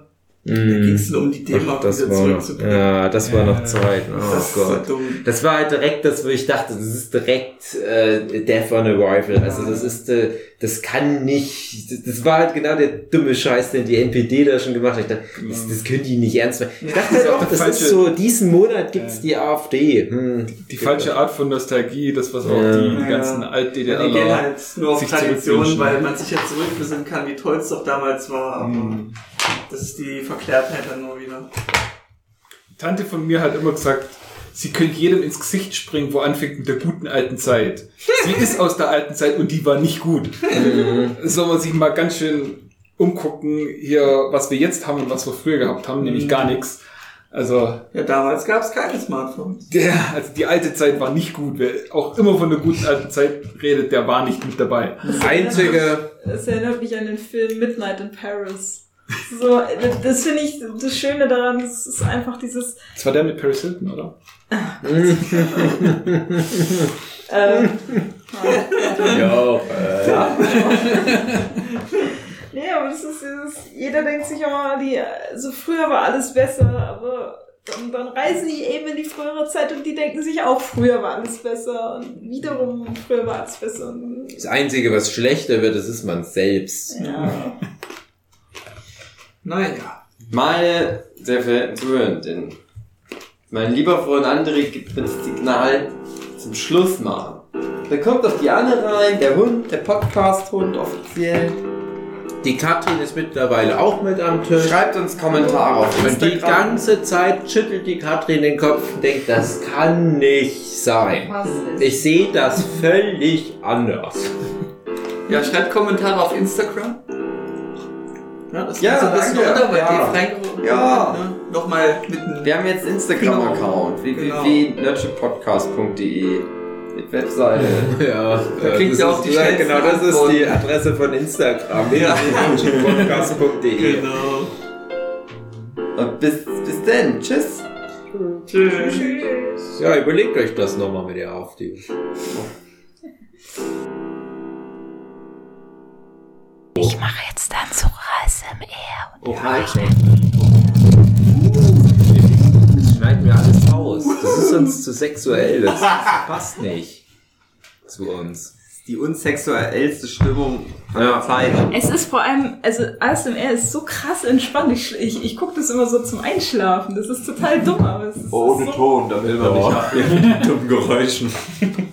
Da ging es nur um die D-Mark wieder zurückzubringen. Ja, das war noch Zeit. Oh das Gott. ist so dumm. Das war halt direkt das, wo ich dachte, das ist direkt äh, Death on Arrival. Also das ist, äh, das kann nicht, das, das war halt genau der dumme Scheiß, den die N P D da schon gemacht hat. Ich dachte, das, das können die nicht ernst machen. Ich dachte halt auch, das falsche, ist so, diesen Monat gibt's die AfD. Hm. Die falsche Art von Nostalgie, das was auch Ja. die, die Ja. ganzen Alt-D D R Ja, die gehen halt nur auf sich Tradition, zurückwünschen. weil man sich ja zurückbesinnen kann, wie toll es doch damals war. Aber Mhm. das ist die Verklärtheit dann nur wieder. Tante von mir hat immer gesagt, sie könnte jedem ins Gesicht springen, wo anfängt mit der guten alten Zeit. Sie ist aus der alten Zeit und die war nicht gut. Soll man sich mal ganz schön umgucken, hier, was wir jetzt haben und was wir früher gehabt haben, nämlich gar nichts. Also, Ja, damals gab es keine Smartphones. der, also die alte Zeit war nicht gut. Wer auch immer von der guten alten Zeit redet, der war nicht mit dabei. Einzige, Das erinnert mich an den Film Midnight in Paris. So, das finde ich das Schöne daran, das ist einfach dieses, Das war der mit Paris Hilton, oder? ähm, ja, äh, nee, aber das ist dieses, jeder denkt sich immer, die, so früher war alles besser, aber dann, dann reisen die eben in die frühere Zeit und die denken sich auch, früher war alles besser und wiederum, früher war alles besser. Und, das Einzige, was schlechter wird, das ist man selbst. ja. Naja. Meine sehr verehrten Zuhörenden, mein lieber Freund André gibt mir das Signal zum Schluss machen. Da kommt doch die Anne rein, der Hund, der Podcast-Hund offiziell. Die Katrin ist mittlerweile auch mit am Tisch. Schreibt uns Kommentare auf Und die Instagram. ganze Zeit schüttelt die Katrin den Kopf und denkt, das kann nicht sein. Was ist? Ich sehe das völlig anders. Ja, schreibt Kommentare auf Instagram. Ja, das Ja, geht so ein bisschen danke. unter, weil Ja. die Frank Ja. ne, nochmal mit einem... Wir haben jetzt Instagram-Account, w w w punkt nerdshipodcast punkt d e mit Webseite. Ja, Da kriegt das ihr auch ist- die ja, schnellsten genau, das ist Antworten. die Adresse von Instagram. Ja. podcast punkt d e. Genau. Und bis, bis dann. Tschüss. Tschüss. Ja, überlegt euch das nochmal mit der AfD. Ich mache jetzt dann so A S M R. Oh, halt schon. Das schneiden wir alles aus. Das ist uns zu sexuell. Das, das passt nicht zu uns. Die unsexuellste Stimmung Ja. aller Zeit. Es ist vor allem, also A S M R ist so krass entspannt. Ich, ich, ich gucke das immer so zum Einschlafen. Das ist total dumm, aber es ist, Ohne so Ton, da will man nicht abnehmen mit den dummen Geräuschen.